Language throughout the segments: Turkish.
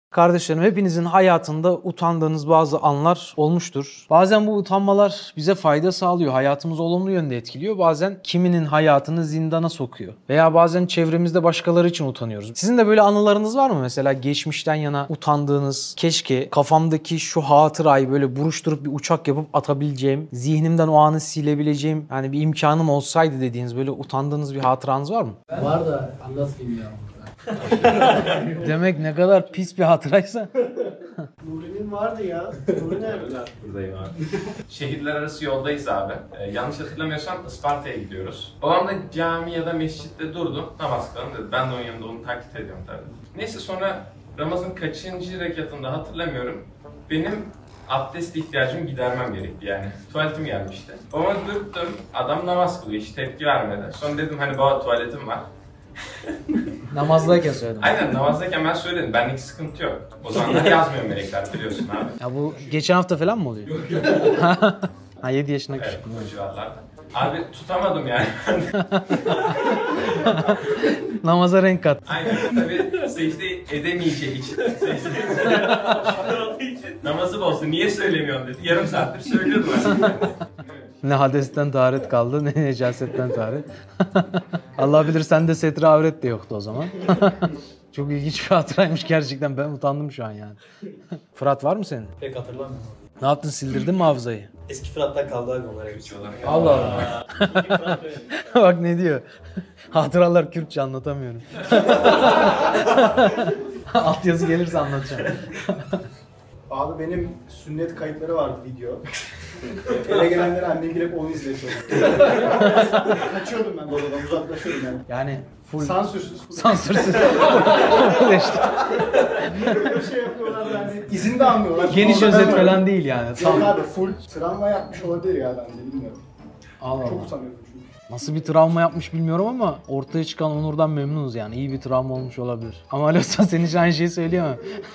Kardeşlerim, hepinizin hayatında utandığınız bazı anlar olmuştur. Bazen bu utanmalar bize fayda sağlıyor, hayatımızı olumlu yönde etkiliyor. Bazen kiminin hayatını zindana sokuyor. Veya bazen çevremizde başkaları için utanıyoruz. Sizin de böyle anılarınız var mı? Mesela geçmişten yana utandığınız, keşke kafamdaki şu hatırayı böyle buruşturup bir uçak yapıp atabileceğim, zihnimden o anı silebileceğim yani bir imkanım olsaydı dediğiniz böyle utandığınız bir hatıranız var mı? Var da anlatmayayım ya. Demek ne kadar pis bir hatıraysa. Nuri'nin vardı ya. Nuri nerede? Buradayım abi. Şehirler arası yoldayız abi. Yanlış hatırlamıyorsam Isparta'ya gidiyoruz. Babam da cami ya da mescitte durdu. Namaz kılın dedi. Ben de onun yanında onu taklit ediyorum tabii. Neyse sonra Ramazan kaçıncı rekatında hatırlamıyorum. Benim abdest ihtiyacımı gidermem gerekti yani. Tuvaletim gelmişti. Babama dürttüm. Adam namaz kılıyor. Hiç tepki vermedi. Sonra dedim hani baba tuvaletim var. Namazdayken söyledim. Aynen namazdayken ben söyledim. Benlik sıkıntı yok. O zamanlar yazmıyor melekler biliyorsun abi. Ya bu geçen hafta falan mı oluyor? Ha 7 yaşında küçük. Evet bu civarlarda. Abi tutamadım yani. Namaza renk kat. Aynen tabii secde edemeyeceği için. Namazı bozdu. Niye söylemiyorsun dedi. Yarım saattir söylüyordum aslında. Ne hadesten taharet kaldı ne necasetten taharet. Allah bilir sende setre avret de yoktu o zaman. Çok ilginç bir hatıraymış gerçekten. Ben utandım şu an yani. Fırat var mı senin? Pek hatırlamıyorum. Ne yaptın, sildirdin mi hafızayı? Eski Fırat'tan kaldı abi onlara. Allah Allah. Bak ne diyor. Hatıralar Kürtçe, anlatamıyorum. Altyazı gelirse anlatacağım. Abi benim sünnet kayıtları vardı video. Eve gelenlere annem girip onu izletiyordu. Kaçıyordum ben oradan, uzaklaşıyordum yani. Yani full Sansürsüz. sansürsüz. işte. Böyle bir şey yapıyorlar yani. İzin de almıyorlar. Geniş Orada özet ben varım. falan değil yani. Yok Tam. abi full travma yapmış olabilir ya ben de bilmiyorum. Allah Çok Allah. utanıyorum çünkü. Nasıl bir travma yapmış bilmiyorum ama ortaya çıkan Onur'dan memnunuz yani. İyi bir travma olmuş olabilir. Ama Ali Özcan senin için aynı şeyi söyleyemem.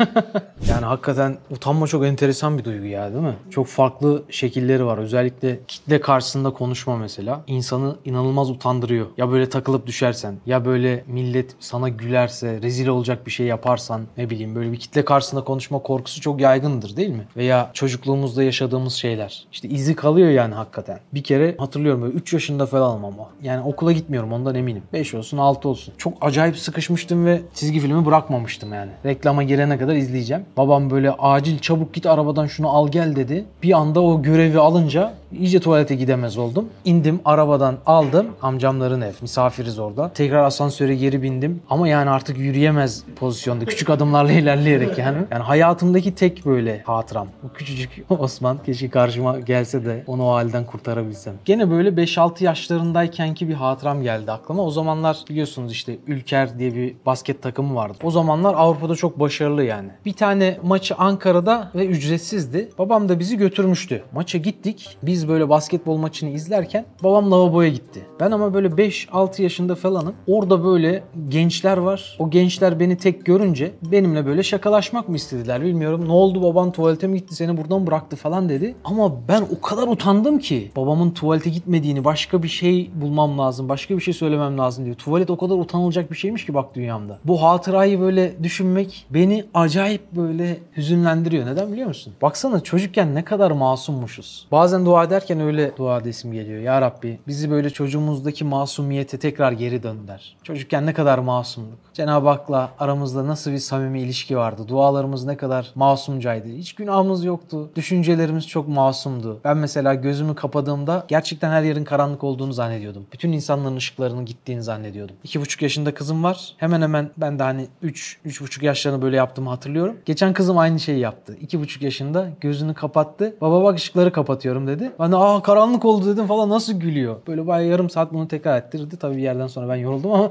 Yani hakikaten utanma çok enteresan bir duygu ya, değil mi? Çok farklı şekilleri var. Özellikle kitle karşısında konuşma mesela. İnsanı inanılmaz utandırıyor. Ya böyle takılıp düşersen, ya böyle millet sana gülerse, rezil olacak bir şey yaparsan, ne bileyim böyle bir kitle karşısında konuşma korkusu çok yaygındır değil mi? Veya çocukluğumuzda yaşadığımız şeyler. İşte izi kalıyor yani hakikaten. Bir kere hatırlıyorum böyle 3 yaşında falan ama. Yani okula gitmiyorum ondan eminim. 5 olsun 6 olsun. Çok acayip sıkışmıştım ve çizgi filmi bırakmamıştım yani. Reklama girene kadar izleyeceğim. Babam böyle acil çabuk git arabadan şunu al gel dedi. Bir anda o görevi alınca iyice tuvalete gidemez oldum. İndim arabadan aldım. Amcamların ev. Misafiriz orada. Tekrar asansöre geri bindim. Ama yani artık yürüyemez pozisyonda. Küçük adımlarla ilerleyerek yani. Yani hayatımdaki tek böyle hatıram. Bu küçücük Osman keşke karşıma gelse de onu o halden kurtarabilsem. Gene böyle 5-6 yaşlarındaykenki bir hatıram geldi aklıma. O zamanlar biliyorsunuz işte Ülker diye bir basket takımı vardı. O zamanlar Avrupa'da çok başarılı yani. Bir tane maçı Ankara'da ve ücretsizdi. Babam da bizi götürmüştü. Maça gittik. Biz böyle basketbol maçını izlerken babam lavaboya gitti. Ben ama böyle 5-6 yaşında falanım. Orada böyle gençler var. O gençler beni tek görünce benimle böyle şakalaşmak mı istediler bilmiyorum. Ne oldu baban tuvalete mi gitti seni buradan bıraktı falan dedi. Ama ben o kadar utandım ki babamın tuvalete gitmediğini, başka bir şey bulmam lazım, başka bir şey söylemem lazım diyor. Tuvalet o kadar utanılacak bir şeymiş ki bak dünyamda. Bu hatırayı böyle düşünmek beni acayip böyle hüzünlendiriyor. Neden biliyor musun? Baksana çocukken ne kadar masummuşuz. Bazen dua ederken öyle dua edesim geliyor. Ya Rabbi bizi böyle çocuğumuzdaki masumiyete tekrar geri dönder. Çocukken ne kadar masumduk. Cenab-ı Hak'la aramızda nasıl bir samimi ilişki vardı. Dualarımız ne kadar masumcaydı. Hiç günahımız yoktu. Düşüncelerimiz çok masumdu. Ben mesela gözümü kapadığımda gerçekten her yerin karanlık olduğunu zannediyordum. Bütün insanların ışıklarının gittiğini zannediyordum. 2,5 yaşında kızım var. Hemen hemen ben de hani 3,5 yaşlarını böyle yaptığımı hatırlıyorum. Geçen kızım aynı şeyi yaptı. 2,5 yaşında gözünü kapattı. Baba bak ışıkları kapatıyorum dedi. Ben de karanlık oldu dedim falan, nasıl gülüyor. Böyle bayağı yarım saat bunu tekrar ettirdi. Tabii bir yerden sonra ben yoruldum ama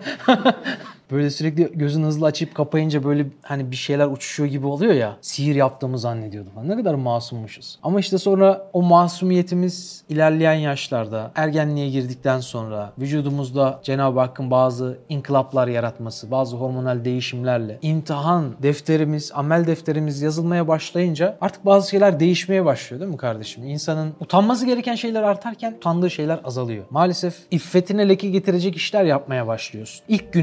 böyle sürekli gözünü hızlı açıp kapayınca böyle hani bir şeyler uçuşuyor gibi oluyor ya. Sihir yaptığımı zannediyordum. Ne kadar masummuşuz. Ama işte sonra o masumiyetimiz ilerleyen yaşlarda, ergenliğe girdikten sonra vücudumuzda Cenab-ı Hakk'ın bazı inkılaplar yaratması, bazı hormonal değişimlerle imtihan defterimiz, amel defterimiz yazılmaya başlayınca artık bazı şeyler değişmeye başlıyor değil mi kardeşim? İnsanın utanması gereken şeyler artarken utandığı şeyler azalıyor. Maalesef iffetine leke getirecek işler yapmaya başlıyorsun. İlk günahını hatırla.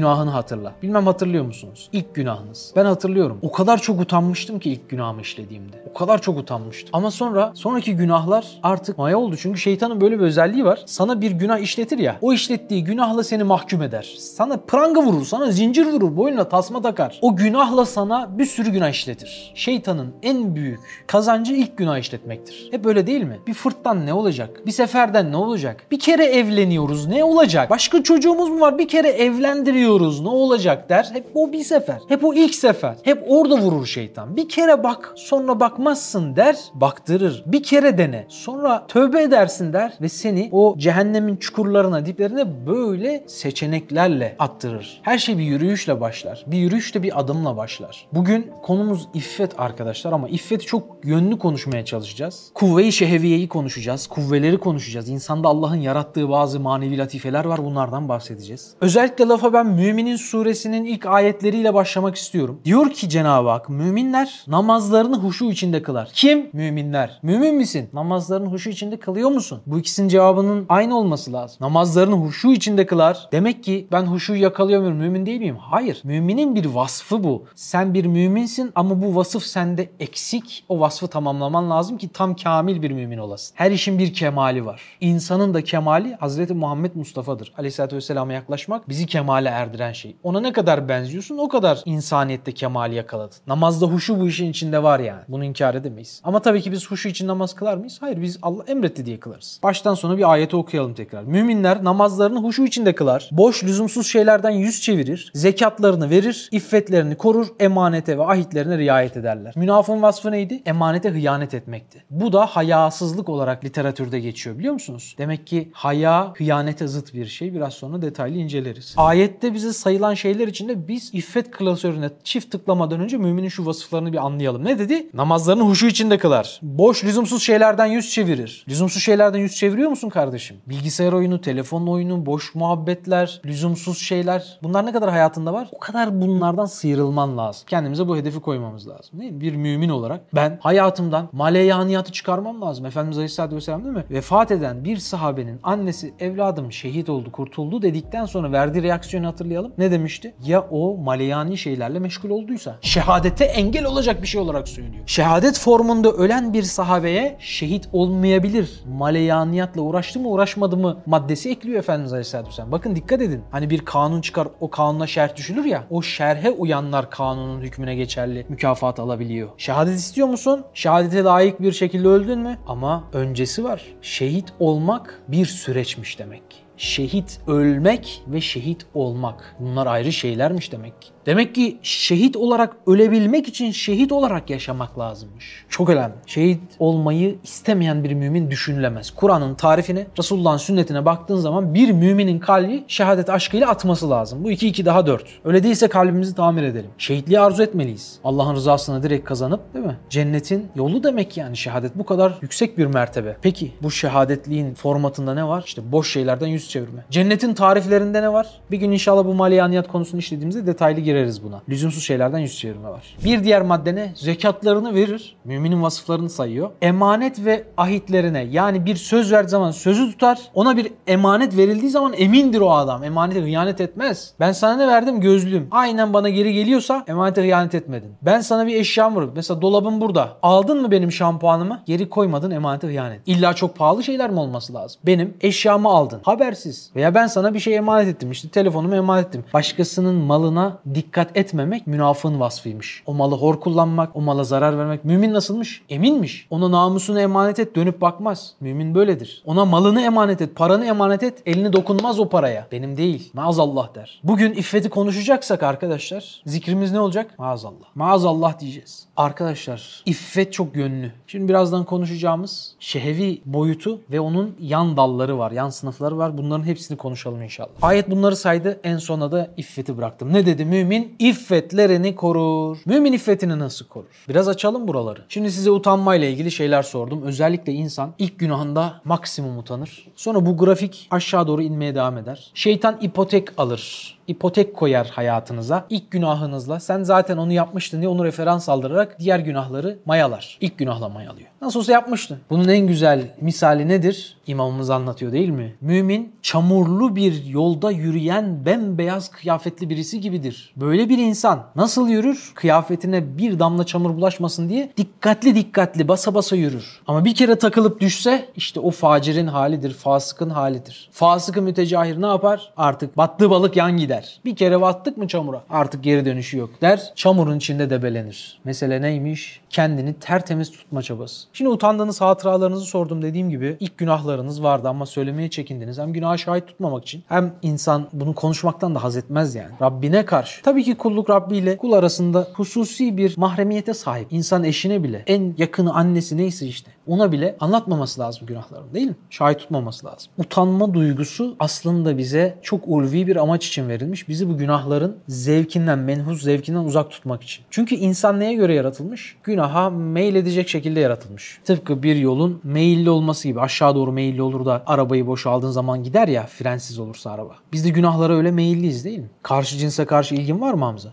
hatırla. Bilmem hatırlıyor musunuz? İlk günahınız. Ben hatırlıyorum. O kadar çok utanmıştım ki ilk günahımı işlediğimde. O kadar çok utanmıştım. Ama sonraki günahlar artık maya oldu. Çünkü şeytanın böyle bir özelliği var. Sana bir günah işletir ya. O işlettiği günahla seni mahkum eder. Sana pranga vurur, sana zincir vurur, boynuna tasma takar. O günahla sana bir sürü günah işletir. Şeytanın en büyük kazancı ilk günah işletmektir. Hep öyle değil mi? Bir fırttan ne olacak? Bir seferden ne olacak? Bir kere evleniyoruz, ne olacak? Başka çocuğumuz mu var? Bir kere evlendiriyoruz, ne olacak der. Hep o bir sefer. Hep o ilk sefer. Hep orada vurur şeytan. Bir kere bak, sonra bakmazsın der. Baktırır. Bir kere dene. Sonra tövbe edersin der ve seni o cehennemin çukurlarına, diplerine böyle seçeneklerle attırır. Her şey bir yürüyüşle başlar. Bir yürüyüş de bir adımla başlar. Bugün konumuz iffet arkadaşlar ama iffeti çok yönlü konuşmaya çalışacağız. Kuvve-i şehviyeyi konuşacağız. Kuvveleri konuşacağız. İnsanda Allah'ın yarattığı bazı manevi latifeler var. Bunlardan bahsedeceğiz. Özellikle lafa ben Müminin suresinin ilk ayetleriyle başlamak istiyorum. Diyor ki Cenab-ı Hak, müminler namazlarını huşu içinde kılar. Kim? Müminler. Mümin misin? Namazlarını huşu içinde kılıyor musun? Bu ikisinin cevabının aynı olması lazım. Namazlarını huşu içinde kılar. Demek ki ben huşuyu yakalayamıyorum. Mümin değil miyim? Hayır. Müminin bir vasfı bu. Sen bir müminsin ama bu vasıf sende eksik. O vasfı tamamlaman lazım ki tam kamil bir mümin olasın. Her işin bir kemali var. İnsanın da kemali Hazreti Muhammed Mustafa'dır. Aleyhisselatü Vesselam'a yaklaşmak bizi kemale erdiren şey. Ona ne kadar benziyorsun o kadar insaniyette kemali yakaladın. Namazda huşu bu işin içinde var yani. Bunu inkar edemeyiz. Ama tabii ki biz huşu için namaz kılar mıyız? Hayır, biz Allah emretti diye kılarız. Baştan sona bir ayeti okuyalım tekrar. Müminler namazlarını huşu içinde kılar. Boş lüzumsuz şeylerden yüz çevirir. Zekatlarını verir. İffetlerini korur. Emanete ve ahitlerine riayet ederler. Münafığın vasfı neydi? Emanete hıyanet etmekti. Bu da hayasızlık olarak literatürde geçiyor biliyor musunuz? Demek ki haya hıyanete zıt bir şey. Biraz sonra detaylı inceleriz. Ayette bize sayılan şeyler içinde biz iffet klasörüne çift tıklamadan önce müminin şu vasıflarını bir anlayalım. Ne dedi? Namazlarını huşu içinde kılar. Boş lüzumsuz şeylerden yüz çevirir. Lüzumsuz şeylerden yüz çeviriyor musun kardeşim? Bilgisayar oyunu, telefon oyunu, boş muhabbetler, lüzumsuz şeyler. Bunlar ne kadar hayatında var? O kadar bunlardan sıyrılman lazım. Kendimize bu hedefi koymamız lazım. Değil mi? Bir mümin olarak ben hayatımdan maleyaniyatı çıkarmam lazım. Efendimiz Aleyhisselatü Vesselam değil mi? Vefat eden bir sahabenin annesi evladım şehit oldu, kurtuldu dedikten sonra verdiği reaksiyonu hatırlayalım. Ne demişti? Ya o maleyani şeylerle meşgul olduysa? Şehadete engel olacak bir şey olarak söylüyor. Şehadet formunda ölen bir sahabeye şehit olmayabilir. Maleyaniyatla uğraştı mı uğraşmadı mı maddesi ekliyor Efendimiz Aleyhisselatü Vesselam. Bakın dikkat edin. Hani bir kanun çıkar, o kanuna şerh düşülür ya. O şerhe uyanlar kanunun hükmüne geçerli mükafat alabiliyor. Şehadet istiyor musun? Şehadete layık bir şekilde öldün mü? Ama öncesi var. Şehit olmak bir süreçmiş demek. Şehit ölmek ve şehit olmak. Bunlar ayrı şeylermiş demek ki. Demek ki şehit olarak ölebilmek için şehit olarak yaşamak lazımmış. Çok önemli. Şehit olmayı istemeyen bir mümin düşünülemez. Kur'an'ın tarifine, Resulullah'ın sünnetine baktığın zaman bir müminin kalbi şehadet aşkıyla atması lazım. Bu 2 daha 4. Öyle değilse kalbimizi tamir edelim. Şehitliği arzu etmeliyiz. Allah'ın rızasını direkt kazanıp değil mi? Cennetin yolu demek yani şehadet. Bu kadar yüksek bir mertebe. Peki bu şehadetliğin formatında ne var? İşte boş şeylerden yüz çevirme. Cennetin tariflerinde ne var? Bir gün inşallah bu maliyaniyat konusunu işlediğimizde detaylı gireriz buna. Lüzumsuz şeylerden yüz çevirme var. Bir diğer madde ne? Zekatlarını verir. Müminin vasıflarını sayıyor. Emanet ve ahitlerine yani bir söz verdiği zaman sözü tutar. Ona bir emanet verildiği zaman emindir o adam. Emanete hıyanet etmez. Ben sana ne verdim? Gözlüğüm. Aynen bana geri geliyorsa emanete hıyanet etmedin. Ben sana bir eşyam var. Mesela dolabım burada. Aldın mı benim şampuanımı? Geri koymadın, emanete hıyanet. İlla çok pahalı şeyler mi olması lazım? Benim eşyamı aldın. Habersiz. Veya ben sana bir şey emanet ettim. İşte telefonumu emanet ettim. Başkasının malına dikkat etmemek münafığın vasfıymış. O malı hor kullanmak, o mala zarar vermek. Mümin nasılmış? Eminmiş. Ona namusunu emanet et, dönüp bakmaz. Mümin böyledir. Ona malını emanet et, paranı emanet et, elini dokunmaz o paraya. Benim değil. Maazallah der. Bugün iffeti konuşacaksak arkadaşlar, zikrimiz ne olacak? Maazallah. Maazallah diyeceğiz. Arkadaşlar, iffet çok yönlü. Şimdi birazdan konuşacağımız şehevi boyutu ve onun yan dalları var, yan sınıfları var. Bunların hepsini konuşalım inşallah. Ayet bunları saydı. En sona da iffeti bıraktım. Ne dedi? Mümin Mümin iffetlerini korur. Mümin iffetini nasıl korur? Biraz açalım buraları. Şimdi size utanmayla ilgili şeyler sordum. Özellikle insan ilk günahında maksimum utanır. Sonra bu grafik aşağı doğru inmeye devam eder. Şeytan ipotek alır. İpotek koyar hayatınıza. İlk günahınızla sen zaten onu yapmıştın diye onu referans aldırarak diğer günahları mayalar. İlk günahla mayalıyor. Nasıl olsa yapmıştın. Bunun en güzel misali nedir? İmamımız anlatıyor değil mi? Mümin çamurlu bir yolda yürüyen bembeyaz kıyafetli birisi gibidir. Böyle bir insan nasıl yürür? Kıyafetine bir damla çamur bulaşmasın diye dikkatli basa basa yürür. Ama bir kere takılıp düşse işte o facirin halidir, fasıkın halidir. Fasıkı mütecahir ne yapar? Artık battığı balık yan gider. Bir kere battık mı çamura artık geri dönüşü yok der. Çamurun içinde debelenir. Mesele neymiş? Kendini tertemiz tutma çabası. Şimdi utandığınız hatıralarınızı sordum dediğim gibi ilk günahlarınız vardı ama söylemeye çekindiniz. Hem günaha şahit tutmamak için hem insan bunu konuşmaktan da haz etmez yani. Rabbine karşı. Tabii ki kulluk Rabbi ile kul arasında hususi bir mahremiyete sahip. İnsan eşine bile en yakını annesi neyse işte ona bile anlatmaması lazım günahlarını değil mi? Şahit tutmaması lazım. Utanma duygusu aslında bize çok ulvi bir amaç için verilmiş. Bizi bu günahların zevkinden, menhus zevkinden uzak tutmak için. Çünkü insan neye göre yaratılmış? Günaha meyledecek şekilde yaratılmış. Tıpkı bir yolun meyilli olması gibi. Aşağı doğru meyilli olur da arabayı boşaldığın zaman gider ya frensiz olursa araba. Biz de günahlara öyle meyilliyiz değil mi? Karşı cinse karşı ilgin var mı Hamza?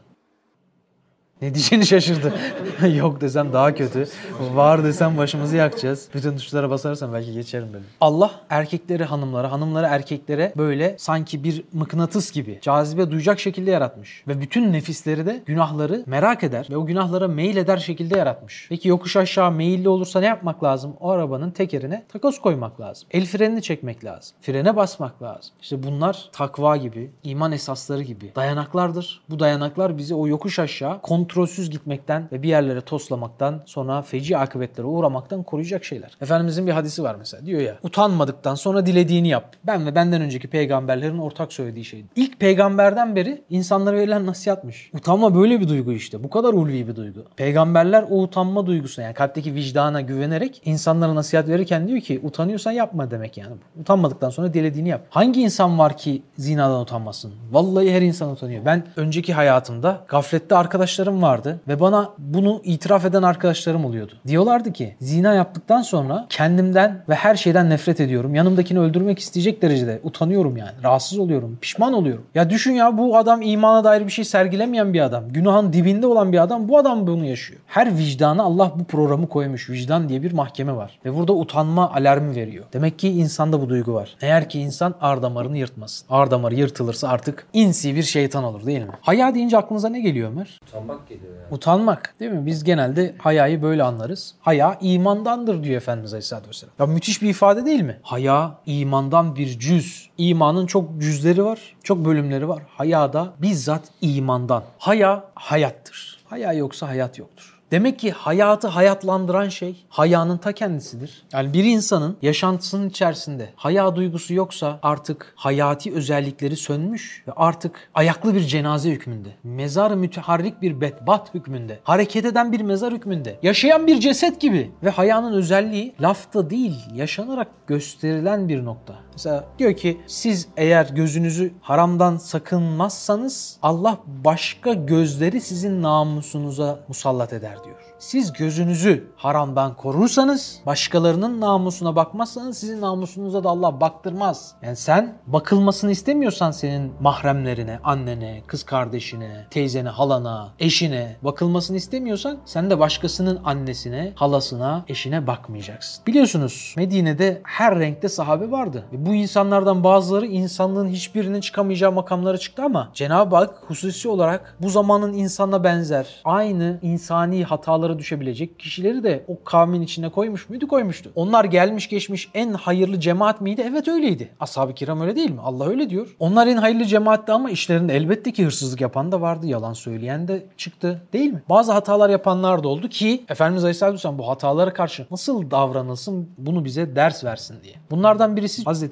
Ne diyeceğini şaşırdı. Yok desem daha kötü. Var desem başımızı yakacağız. Bütün tuşlara basarsam belki geçerim böyle. Allah erkekleri hanımlara, hanımları erkeklere böyle sanki bir mıknatıs gibi cazibe duyacak şekilde yaratmış. Ve bütün nefisleri de günahları merak eder ve o günahlara meyleder şekilde yaratmış. Peki yokuş aşağı meyilli olursa ne yapmak lazım? O arabanın tekerine takoz koymak lazım. El frenini çekmek lazım. Frene basmak lazım. İşte bunlar takva gibi, iman esasları gibi dayanaklardır. Bu dayanaklar bizi o yokuş aşağı kontrolsüz gitmekten ve bir yerlere toslamaktan sonra feci akıbetlere uğramaktan koruyacak şeyler. Efendimizin bir hadisi var mesela. Diyor ya utanmadıktan sonra dilediğini yap. Ben ve benden önceki peygamberlerin ortak söylediği şeydi. İlk peygamberden beri insanlara verilen nasihatmiş. Utanma böyle bir duygu işte. Bu kadar ulvi bir duygu. Peygamberler o utanma duygusuna yani kalpteki vicdana güvenerek insanlara nasihat verirken diyor ki utanıyorsan yapma demek yani. Utanmadıktan sonra dilediğini yap. Hangi insan var ki zinadan utanmasın? Vallahi her insan utanıyor. Ben önceki hayatımda gaflette arkadaşlarım vardı ve bana bunu itiraf eden arkadaşlarım oluyordu. Diyorlardı ki zina yaptıktan sonra kendimden ve her şeyden nefret ediyorum. Yanımdakini öldürmek isteyecek derecede utanıyorum yani. Rahatsız oluyorum. Pişman oluyorum. Ya düşün ya bu adam imana dair bir şey sergilemeyen bir adam. Günahın dibinde olan bir adam. Bu adam bunu yaşıyor. Her vicdana Allah bu programı koymuş. Vicdan diye bir mahkeme var. Ve burada utanma alarmı veriyor. Demek ki insanda bu duygu var. Eğer ki insan ar damarını yırtmasın. Ar damarı yırtılırsa artık insi bir şeytan olur değil mi? Haya deyince aklınıza ne geliyor Ömer? Utanmak geliyor yani. Utanmak değil mi? Biz genelde hayayı böyle anlarız. Haya imandandır diyor Efendimiz Aleyhisselatü Vesselam. Ya müthiş bir ifade değil mi? Haya imandan bir cüz. İmanın çok cüzleri var, çok bölümleri var. Haya da bizzat imandan. Haya hayattır. Haya yoksa hayat yoktur. Demek ki hayatı hayatlandıran şey hayanın ta kendisidir. Yani bir insanın yaşantısının içerisinde haya duygusu yoksa artık hayati özellikleri sönmüş ve artık ayaklı bir cenaze hükmünde, mezar müteharrik bir bedbaht hükmünde, hareket eden bir mezar hükmünde, yaşayan bir ceset gibi ve hayanın özelliği lafta değil, yaşanarak gösterilen bir nokta. Mesela diyor ki siz eğer gözünüzü haramdan sakınmazsanız Allah başka gözleri sizin namusunuza musallat eder diyor. Siz gözünüzü haramdan korursanız, başkalarının namusuna bakmazsanız sizin namusunuza da Allah baktırmaz. Yani sen bakılmasını istemiyorsan senin mahremlerine, annene, kız kardeşine, teyzene, halana, eşine bakılmasını istemiyorsan sen de başkasının annesine, halasına, eşine bakmayacaksın. Biliyorsunuz Medine'de her renkte sahabe vardı. Ve bu insanlardan bazıları insanlığın hiçbirinin çıkamayacağı makamlara çıktı ama Cenab-ı Hak hususi olarak bu zamanın insanla benzer, aynı insani hatalara düşebilecek kişileri de o kavmin içine koymuş muydu? Koymuştu. Onlar gelmiş geçmiş en hayırlı cemaat miydi? Evet öyleydi. Ashab-ı kiram öyle değil mi? Allah öyle diyor. Onlar en hayırlı cemaatti ama işlerinde elbette ki hırsızlık yapan da vardı. Yalan söyleyen de çıktı. Değil mi? Bazı hatalar yapanlar da oldu ki Efendimiz Aleyhisselatü Vesselam bu hatalara karşı nasıl davranılsın bunu bize ders versin diye. Bunlardan birisi Hazreti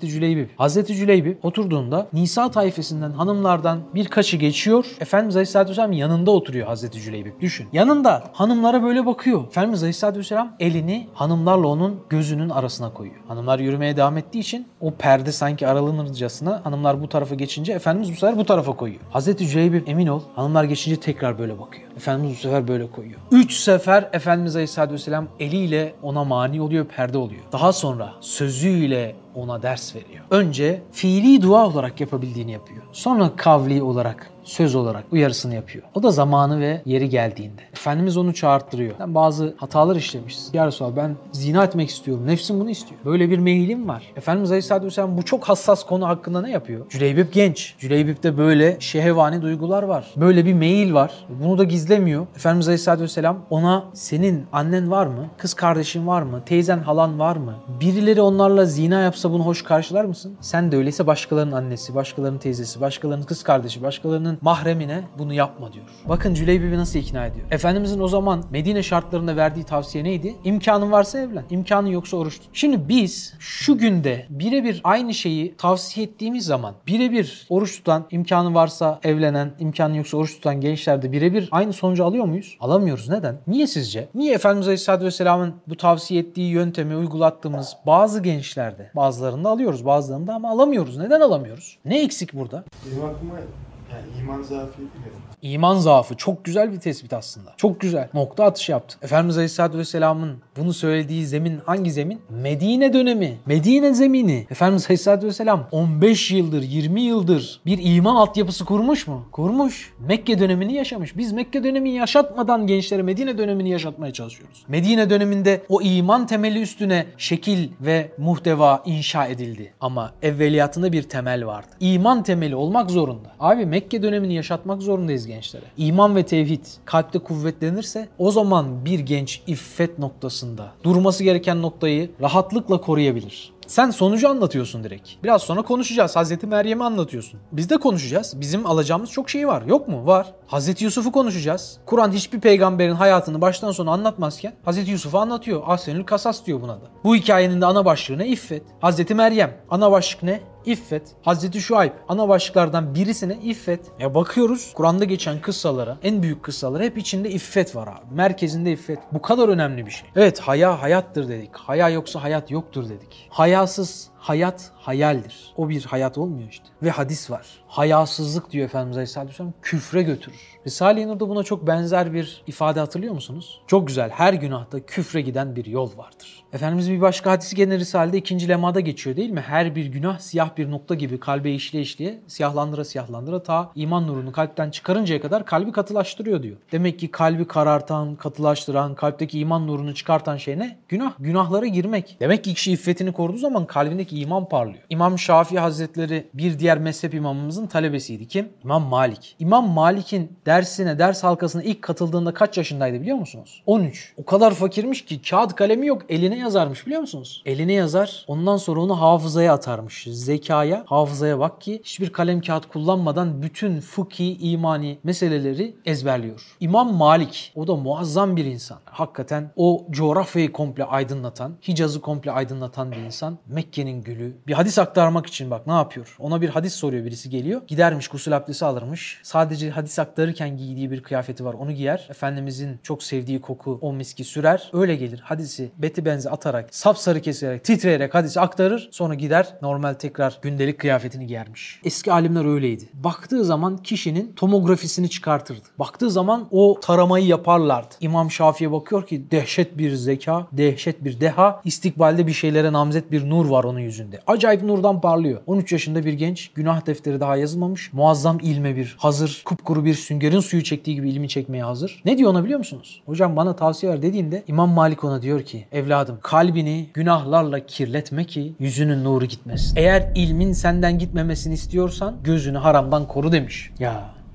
Hazreti Cüleybip. Hazreti Cüleybip oturduğunda Nisa tayfesinden hanımlardan birkaçı geçiyor. Efendimiz Aleyhisselatü Vesselam yanında oturuyor Hazreti Cüleybip. Düşün. Yanında hanımlara böyle bakıyor. Efendimiz Aleyhisselatü Vesselam elini hanımlarla onun gözünün arasına koyuyor. Hanımlar yürümeye devam ettiği için o perde sanki aralanırcasına hanımlar bu tarafa geçince Efendimiz bu sefer bu tarafa koyuyor. Hazreti Cüleybip emin ol hanımlar geçince tekrar böyle bakıyor. Efendimiz bu sefer böyle koyuyor. 3 sefer Efendimiz Aleyhisselatü Vesselam eliyle ona mani oluyor, perde oluyor. Daha sonra sözüyle ona ders veriyor. Önce fiili dua olarak yapabildiğini yapıyor. Sonra kavli olarak, söz olarak uyarısını yapıyor. O da zamanı ve yeri geldiğinde. Efendimiz onu çağırttırıyor. Ben bazı hatalar işlemişiz. Ya Resulallah ben zina etmek istiyorum. Nefsim bunu istiyor. Böyle bir meyilim var. Efendimiz Aleyhisselatü Vesselam bu çok hassas konu hakkında ne yapıyor? Cüleybip genç. Cüleybip'te böyle şehvani duygular var. Böyle bir meyil var. Bunu da gizlemiyor. Efendimiz Aleyhisselatü Vesselam ona senin annen var mı? Kız kardeşin var mı? Teyzen, halan var mı? Birileri onlarla zina yapsa bunu hoş karşılar mısın? Sen de öyleyse başkalarının annesi, başkalarının teyzesi, başkalarının kız kardeşi, başkalarının mahremine bunu yapma diyor. Bakın Cüleybip'i nasıl ikna ediyor. Efendimizin o zaman Medine şartlarında verdiği tavsiye neydi? İmkanın varsa evlen. İmkanın yoksa oruç tut. Şimdi biz şu günde birebir aynı şeyi tavsiye ettiğimiz zaman birebir oruç tutan, imkanı varsa evlenen, imkanı yoksa oruç tutan gençlerde birebir aynı sonucu alıyor muyuz? Alamıyoruz. Neden? Niye sizce? Niye Efendimiz Aleyhisselatü Vesselam'ın bu tavsiye ettiği yöntemi uygulattığımız bazı gençlerde, bazılarında alıyoruz, bazılarında ama alamıyoruz. Neden alamıyoruz? Ne eksik burada? Benim aklıma yani iman zaafı biliyorum. İman zaafı çok güzel bir tespit aslında. Çok güzel. Nokta atışı yaptı. Efendimiz Aleyhisselatü Vesselam'ın bunu söylediği zemin hangi zemin? Medine dönemi. Medine zemini. Efendimiz Aleyhisselatü Vesselam 15 yıldır, 20 yıldır bir iman altyapısı kurmuş mu? Kurmuş. Mekke dönemini yaşamış. Biz Mekke dönemini yaşatmadan gençlere Medine dönemini yaşatmaya çalışıyoruz. Medine döneminde o iman temeli üstüne şekil ve muhteva inşa edildi. Ama evveliyatında bir temel vardı. İman temeli olmak zorunda. Abi Mekke dönemini yaşatmak zorundayız gençlere. İman ve tevhid kalpte kuvvetlenirse o zaman bir genç iffet noktasında durması gereken noktayı rahatlıkla koruyabilir. Sen sonucu anlatıyorsun direkt. Biraz sonra konuşacağız. Hazreti Meryem'i anlatıyorsun. Biz de konuşacağız. Bizim alacağımız çok şey var. Yok mu? Var. Hazreti Yusuf'u konuşacağız. Kur'an hiçbir peygamberin hayatını baştan sona anlatmazken Hazreti Yusuf'u anlatıyor. Ahsenül Kasas diyor buna da. Bu hikayenin de ana başlığı ne? İffet. Hazreti Meryem. Ana başlık ne? İffet. Hazreti Şuayb. Ana başlıklardan birisine iffet. Ya bakıyoruz Kur'an'da geçen kıssalara, en büyük kıssalara hep içinde iffet var abi. Merkezinde iffet. Bu kadar önemli bir şey. Evet, haya hayattır dedik. Haya yoksa hayat yoktur dedik. Hayasız hayat hayaldir. O bir hayat olmuyor işte. Ve hadis var. Hayasızlık diyor Efendimiz Aleyhisselatü Vesselam küfre götürür. Risale-i Nur'da buna çok benzer bir ifade hatırlıyor musunuz? Çok güzel. Her günahta küfre giden bir yol vardır. Efendimiz bir başka hadisi gene Risale'de 2. lemada geçiyor değil mi? Her bir günah siyah bir nokta gibi kalbe işleye işleye siyahlandıra ta iman nurunu kalpten çıkarıncaya kadar kalbi katılaştırıyor diyor. Demek ki kalbi karartan, katılaştıran, kalpteki iman nurunu çıkartan şey ne? Günah. Günahlara girmek. Demek ki kişi iffetini koruduğu zaman kalbindeki iman parlıyor. İmam Şafii Hazretleri bir diğer mezhep imamımızın talebesiydi. Kim? İmam Malik. İmam Malik'in ders halkasına ilk katıldığında kaç yaşındaydı biliyor musunuz? 13. O kadar fakirmiş ki kağıt kalemi yok. Eline yazarmış biliyor musunuz? Eline yazar. Ondan sonra onu hafızaya atarmış. Zekaya, hafızaya bak ki hiçbir kalem kağıt kullanmadan bütün fıkhi, imani meseleleri ezberliyor. İmam Malik. O da muazzam bir insan. Hakikaten o coğrafyayı komple aydınlatan, Hicaz'ı komple aydınlatan bir insan. Mekke'nin gülü. Bir hadis aktarmak için bak ne yapıyor? Ona bir hadis soruyor, birisi geliyor. Gidermiş gusül abdesti alırmış. Sadece hadis aktarırken giydiği bir kıyafeti var. Onu giyer. Efendimizin çok sevdiği koku o miski sürer. Öyle gelir. Hadisi beti benzi atarak, sapsarı keserek, titreyerek hadisi aktarır. Sonra gider normal tekrar gündelik kıyafetini giyermiş. Eski alimler öyleydi. Baktığı zaman kişinin tomografisini çıkartırdı. Baktığı zaman o taramayı yaparlardı. İmam Şafii'ye bakıyor ki dehşet bir zeka, dehşet bir deha, istikbalde bir şeylere namzet bir nur var onun yüzünde. Acayip nurdan parlıyor. 13 yaşında bir genç, günah defteri daha yazılmamış. Muazzam ilme bir hazır, kupkuru bir süngerin suyu çektiği gibi ilmi çekmeye hazır. Ne diyor ona biliyor musunuz? Hocam bana tavsiye ver dediğinde İmam Malik ona diyor ki evladım kalbini günahlarla kirletme ki yüzünün nuru gitmesin. Eğer ilmin senden gitmemesini istiyorsan gözünü haramdan koru demiş. Ya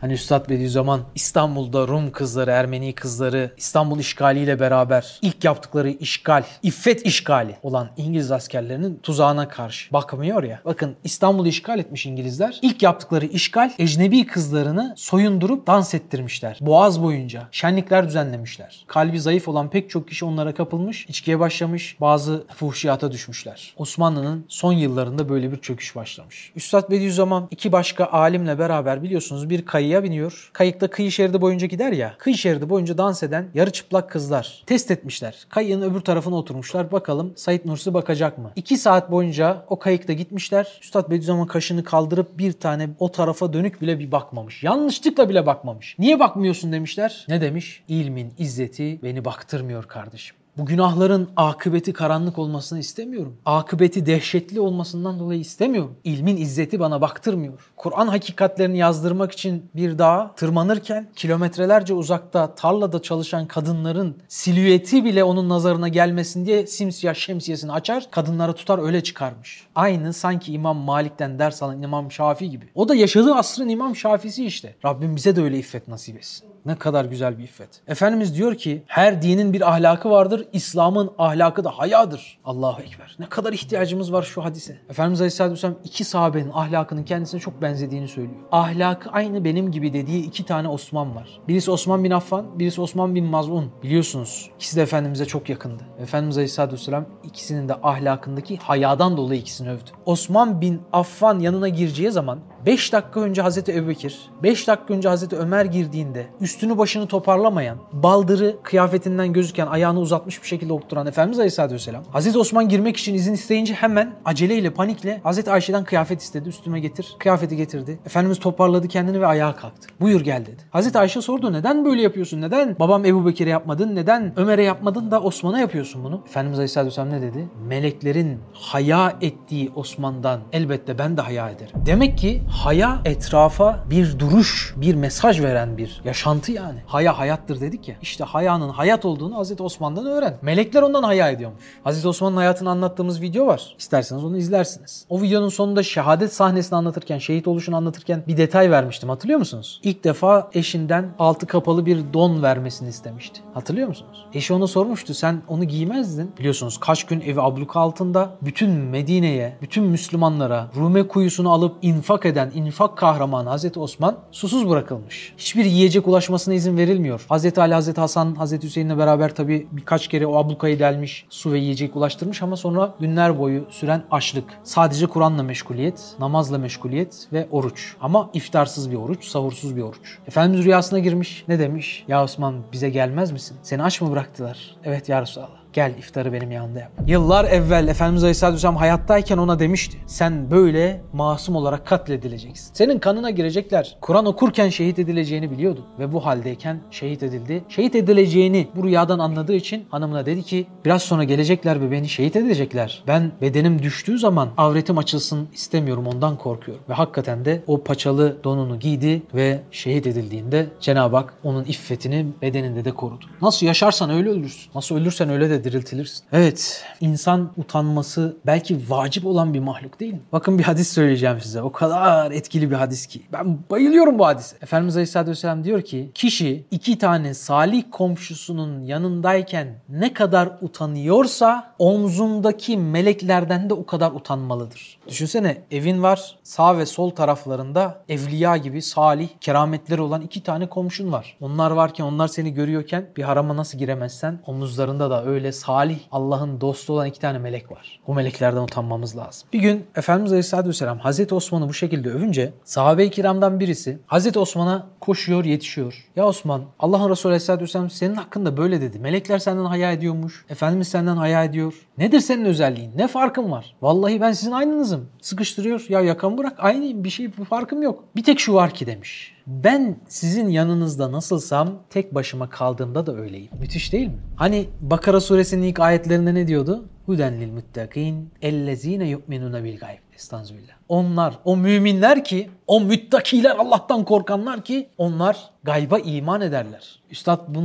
Hani Üstad Bediüzzaman İstanbul'da Rum kızları, Ermeni kızları İstanbul işgaliyle beraber ilk yaptıkları işgal, iffet işgali olan İngiliz askerlerinin tuzağına karşı bakmıyor ya. Bakın İstanbul'u işgal etmiş İngilizler. İlk yaptıkları işgal ecnebi kızlarını soyundurup dans ettirmişler. Boğaz boyunca şenlikler düzenlemişler. Kalbi zayıf olan pek çok kişi onlara kapılmış, içkiye başlamış, bazı fuhşiyata düşmüşler. Osmanlı'nın son yıllarında böyle bir çöküş başlamış. Üstad Bediüzzaman iki başka alimle beraber biliyorsunuz bir kayıya biniyor. Kayıkta kıyı şeridi boyunca gider ya. Kıyı şeridi boyunca dans eden yarı çıplak kızlar. Test etmişler. Kayığın öbür tarafına oturmuşlar. Bakalım Said Nursi bakacak mı? 2 saat boyunca o kayıkta gitmişler. Üstad Bediüzzaman kaşını kaldırıp bir tane o tarafa dönük bile bir bakmamış. Yanlışlıkla bile bakmamış. Niye bakmıyorsun demişler. Ne demiş? İlmin izzeti beni baktırmıyor kardeşim. Bu günahların akıbeti karanlık olmasını istemiyorum. Akıbeti dehşetli olmasından dolayı istemiyorum. İlmin izzeti bana baktırmıyor. Kur'an hakikatlerini yazdırmak için bir dağa tırmanırken kilometrelerce uzakta tarlada çalışan kadınların silüeti bile onun nazarına gelmesin diye simsiyah şemsiyesini açar, kadınları tutar öyle çıkarmış. Aynı sanki İmam Malik'ten ders alan İmam Şafii gibi. O da yaşadığı asrın İmam Şafii'si işte. Rabbim bize de öyle iffet nasip etsin. Ne kadar güzel bir iffet. Efendimiz diyor ki her dinin bir ahlakı vardır. İslam'ın ahlakı da hayadır. Allahu Ekber. Ne kadar ihtiyacımız var şu hadise. Efendimiz Aleyhisselatü Vesselam iki sahabenin ahlakının kendisine çok benzediğini söylüyor. Ahlakı aynı benim gibi dediği 2 tane Osman var. Birisi Osman bin Affan, birisi Osman bin Maz'un. Biliyorsunuz ikisi de Efendimiz'e çok yakındı. Efendimiz Aleyhisselatü Vesselam ikisinin de ahlakındaki hayadan dolayı ikisini övdü. Osman bin Affan yanına gireceği zaman 5 dakika önce Hazreti Ebubekir, 5 dakika önce Hazreti Ömer girdiğinde üstünü başını toparlamayan, baldırı kıyafetinden gözüken, ayağını uzatmış bir şekilde oturan Efendimiz Aleyhisselatü Vesselam, Hazreti Osman girmek için izin isteyince hemen aceleyle, panikle Hazreti Ayşe'den kıyafet istedi. Üstüme getir. Kıyafeti getirdi. Efendimiz toparladı kendini ve ayağa kalktı. Buyur gel dedi. Hazreti Ayşe sordu neden böyle yapıyorsun? Neden babam Ebubekir'e yapmadın? Neden Ömer'e yapmadın da Osman'a yapıyorsun bunu? Efendimiz Aleyhisselatü Vesselam ne dedi? Meleklerin haya ettiği Osman'dan elbette ben de haya ederim. Demek ki haya etrafa bir duruş, bir mesaj veren bir yaşantı yani. Haya hayattır dedik ya. İşte hayanın hayat olduğunu Hazreti Osman'dan öğren. Melekler ondan haya ediyormuş. Hazreti Osman'ın hayatını anlattığımız video var. İsterseniz onu izlersiniz. O videonun sonunda şehadet sahnesini anlatırken, şehit oluşunu anlatırken bir detay vermiştim. Hatırlıyor musunuz? İlk defa eşinden altı kapalı bir don vermesini istemişti. Hatırlıyor musunuz? Eşi ona sormuştu. Sen onu giymezdin. Biliyorsunuz kaç gün evi abluka altında bütün Medine'ye, bütün Müslümanlara Rume kuyusunu alıp infak eden infak kahramanı Hazreti Osman susuz bırakılmış. Hiçbir yiyecek ulaşmasına izin verilmiyor. Hazreti Ali, Hazreti Hasan, Hazreti Hüseyin'le beraber tabii birkaç kere o ablukayı delmiş, su ve yiyecek ulaştırmış ama sonra günler boyu süren açlık. Sadece Kur'an'la meşguliyet, namazla meşguliyet ve oruç. Ama iftarsız bir oruç, sahursuz bir oruç. Efendimiz rüyasına girmiş. Ne demiş? Ya Osman bize gelmez misin? Seni aç mı bıraktılar? Evet ya Resulallah. Gel iftarı benim yanımda yap. Yıllar evvel Efendimiz Aleyhisselatü Vesselam hayattayken ona demişti. Sen böyle masum olarak katledileceksin. Senin kanına girecekler. Kur'an okurken şehit edileceğini biliyordu. Ve bu haldeyken şehit edildi. Şehit edileceğini bu rüyadan anladığı için hanımına dedi ki biraz sonra gelecekler ve beni şehit edecekler. Ben bedenim düştüğü zaman avretim açılsın istemiyorum, ondan korkuyorum. Ve hakikaten de o paçalı donunu giydi ve şehit edildiğinde Cenab-ı Hak onun iffetini bedeninde de korudu. Nasıl yaşarsan öyle ölürsün. Nasıl ölürsen öyle de diriltilirsin. Evet, insan utanması belki vacip olan bir mahluk değil mi? Bakın bir hadis söyleyeceğim size. O kadar etkili bir hadis ki. Ben bayılıyorum bu hadise. Efendimiz Aleyhisselatü Vesselam diyor ki, kişi 2 tane salih komşusunun yanındayken ne kadar utanıyorsa omzundaki meleklerden de o kadar utanmalıdır. Düşünsene, evin var, sağ ve sol taraflarında evliya gibi salih, kerametleri olan 2 tane komşun var. Onlar varken, onlar seni görüyorken bir harama nasıl giremezsen omuzlarında da öyle salih, Allah'ın dostu olan 2 tane melek var. O meleklerden utanmamız lazım. Bir gün Efendimiz Aleyhisselatü Vesselam Hazreti Osman'ı bu şekilde övünce sahabe-i kiramdan birisi Hazreti Osman'a koşuyor, yetişiyor. Ya Osman, Allah'ın Resulü Aleyhisselatü Vesselam senin hakkında böyle dedi. Melekler senden haya ediyormuş. Efendimiz senden haya ediyor. Nedir senin özelliğin? Ne farkın var? Vallahi ben sizin aynınızım. Sıkıştırıyor. Ya yakamı bırak. Aynıyım. Bir farkım yok. Bir tek şu var ki demiş. Ben sizin yanınızda nasılsam tek başıma kaldığımda da öyleyim. Müthiş değil mi? Hani Bakara suresinin ilk ayetlerinde ne diyordu? Huden lil muttaqin ellezine yu'minuna bil gayb. Estağfirullah. Onlar, o müminler ki, o müttakiler, Allah'tan korkanlar ki onlar gayba iman ederler. Üstad bunu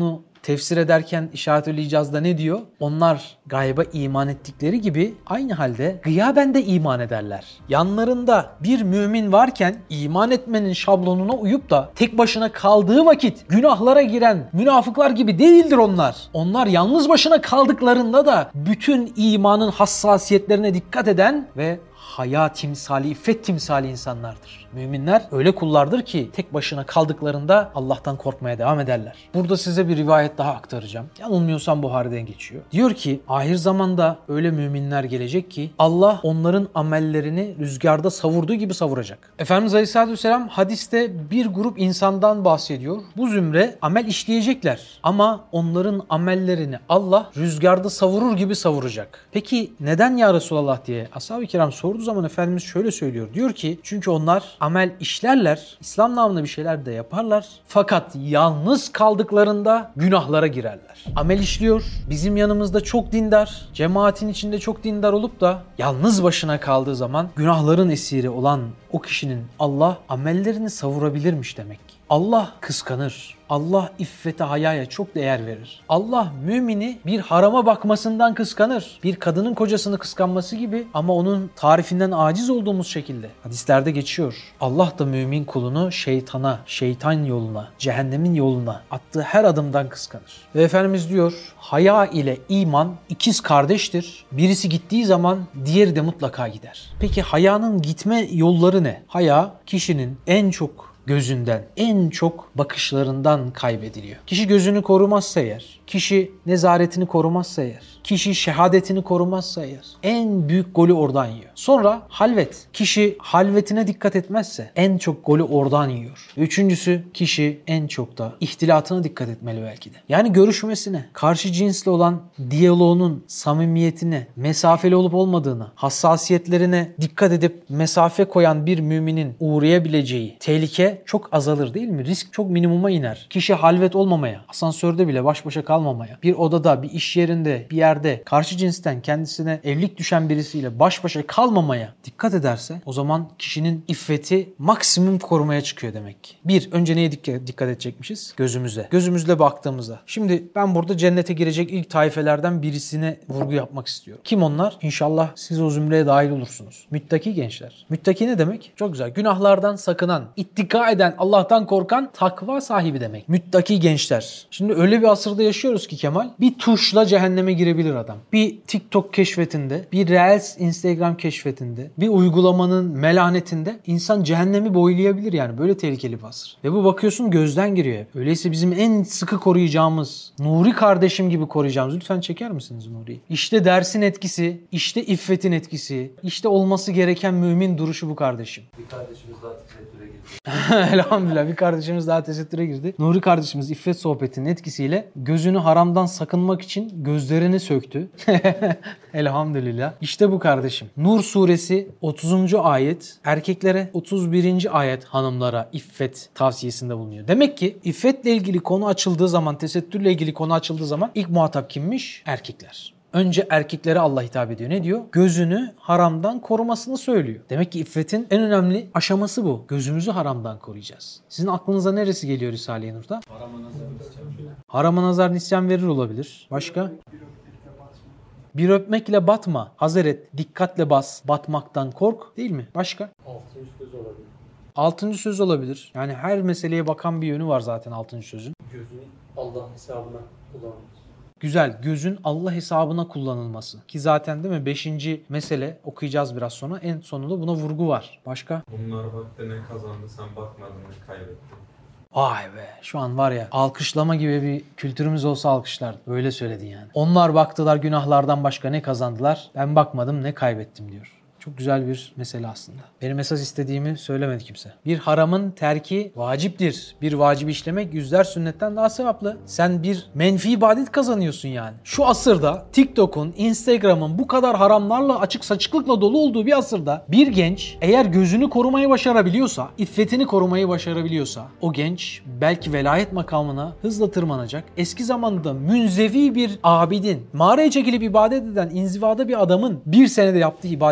tefsir ederken İşaretül İcaz'da ne diyor? Onlar gayba iman ettikleri gibi aynı halde gıyaben de iman ederler. Yanlarında bir mümin varken iman etmenin şablonuna uyup da tek başına kaldığı vakit günahlara giren münafıklar gibi değildir onlar. Onlar yalnız başına kaldıklarında da bütün imanın hassasiyetlerine dikkat eden ve haya timsali, iffet timsali insanlardır. Müminler öyle kullardır ki tek başına kaldıklarında Allah'tan korkmaya devam ederler. Burada size bir rivayet daha aktaracağım. Yanılmıyorsam Buhari'den geçiyor. Diyor ki ahir zamanda öyle müminler gelecek ki Allah onların amellerini rüzgarda savurduğu gibi savuracak. Efendimiz Aleyhisselatü Vesselam hadiste bir grup insandan bahsediyor. Bu zümre amel işleyecekler ama onların amellerini Allah rüzgarda savurur gibi savuracak. Peki neden ya Resulallah diye ashab-ı kiram sorduğu zaman Efendimiz şöyle söylüyor. Diyor ki çünkü onlar amel işlerler, İslam namına bir şeyler de yaparlar. Fakat yalnız kaldıklarında günahlara girerler. Amel işliyor, bizim yanımızda çok dindar, cemaatin içinde çok dindar olup da yalnız başına kaldığı zaman günahların esiri olan o kişinin Allah amellerini savurabilirmiş demek ki. Allah kıskanır. Allah iffete, hayaya çok değer verir. Allah mümini bir harama bakmasından kıskanır. Bir kadının kocasını kıskanması gibi ama onun tarifinden aciz olduğumuz şekilde. Hadislerde geçiyor. Allah da mümin kulunu şeytana, şeytan yoluna, cehennemin yoluna attığı her adımdan kıskanır. Ve Efendimiz diyor, haya ile iman ikiz kardeştir. Birisi gittiği zaman diğeri de mutlaka gider. Peki hayanın gitme yolları ne? Haya kişinin en çok gözünden, en çok bakışlarından kaybediliyor. Kişi gözünü korumazsa eğer, kişi nezaretini korumazsa eğer, kişi şehadetini korumazsa eğer en büyük golü oradan yiyor. Sonra halvet. Kişi halvetine dikkat etmezse en çok golü oradan yiyor. Üçüncüsü kişi en çok da ihtilatına dikkat etmeli belki de. Yani görüşmesine, karşı cinsle olan diyaloğunun samimiyetine, mesafeli olup olmadığına, hassasiyetlerine dikkat edip mesafe koyan bir müminin uğrayabileceği tehlike çok azalır değil mi? Risk çok minimuma iner. Kişi halvet olmamaya, asansörde bile baş başa kalmamaya, bir odada, bir iş yerinde, bir yerde karşı cinsten kendisine evlilik düşen birisiyle baş başa kalmamaya dikkat ederse o zaman kişinin iffeti maksimum korumaya çıkıyor demek ki. Bir, önce neye dikkat edecekmişiz? Gözümüze. Gözümüzle baktığımızda. Şimdi ben burada cennete girecek ilk taifelerden birisine vurgu yapmak istiyorum. Kim onlar? İnşallah siz o zümreye dahil olursunuz. Müttaki gençler. Müttaki ne demek? Çok güzel. Günahlardan sakınan, ittika eden, Allah'tan korkan, takva sahibi demek. Müttaki gençler. Şimdi öyle bir asırda yaşıyoruz ki Kemal, bir tuşla cehenneme girebilir adam. Bir TikTok keşfetinde, bir Reels Instagram keşfetinde, bir uygulamanın melanetinde insan cehennemi boylayabilir yani. Böyle tehlikeli bir asır. Ve bu bakıyorsun gözden giriyor. Öyleyse bizim en sıkı koruyacağımız, Nuri kardeşim gibi koruyacağımız, lütfen çeker misiniz Nuri'yi? İşte dersin etkisi, işte iffetin etkisi, işte olması gereken mümin duruşu bu kardeşim. Bir kardeşimiz daha tesettüre girdi. Elhamdülillah bir kardeşimiz daha tesettüre girdi. Nuri kardeşimiz iffet sohbetinin etkisiyle gözünü haramdan sakınmak için gözlerini söktü. Elhamdülillah. İşte bu kardeşim. Nur suresi 30. ayet erkeklere, 31. ayet hanımlara iffet tavsiyesinde bulunuyor. Demek ki iffetle ilgili konu açıldığı zaman, tesettürle ilgili konu açıldığı zaman ilk muhatap kimmiş? Erkekler. Önce erkeklere Allah hitap ediyor. Ne diyor? Gözünü haramdan korumasını söylüyor. Demek ki iffetin en önemli aşaması bu. Gözümüzü haramdan koruyacağız. Sizin aklınıza neresi geliyor Risale-i Nur'da? Harama nazar nisyan verir olabilir. Başka? Bir öpmekle batma. Hazır et. Dikkatle bas. Batmaktan kork. Değil mi? Başka? Altıncı söz olabilir. Altıncı söz olabilir. Yani her meseleye bakan bir yönü var zaten altıncı sözün. Gözün Allah hesabına kullanılması. Güzel. Gözün Allah hesabına kullanılması. Ki zaten değil mi? 5. mesele okuyacağız biraz sonra. En sonunda buna vurgu var. Başka? Bunlar baktı ne kazandı, sen bakmadın ne kaybettin. Vay be. Şu an var ya alkışlama gibi bir kültürümüz olsa alkışlardı. Öyle söyledin yani. Onlar baktılar günahlardan başka ne kazandılar? Ben bakmadım ne kaybettim diyor. Çok güzel bir mesele aslında. Benim esas istediğimi söylemedi kimse. Bir haramın terki vaciptir. Bir vacibi işlemek yüzler sünnetten daha sevaplı. Sen bir menfi ibadet kazanıyorsun yani. Şu asırda TikTok'un, Instagram'ın bu kadar haramlarla, açık saçıklıkla dolu olduğu bir asırda bir genç eğer gözünü korumayı başarabiliyorsa, iffetini korumayı başarabiliyorsa o genç belki velayet makamına hızla tırmanacak. Eski zamanda münzevi bir abidin, mağaraya çekilip ibadet eden inzivada bir adamın bir senede yaptığı ibadeti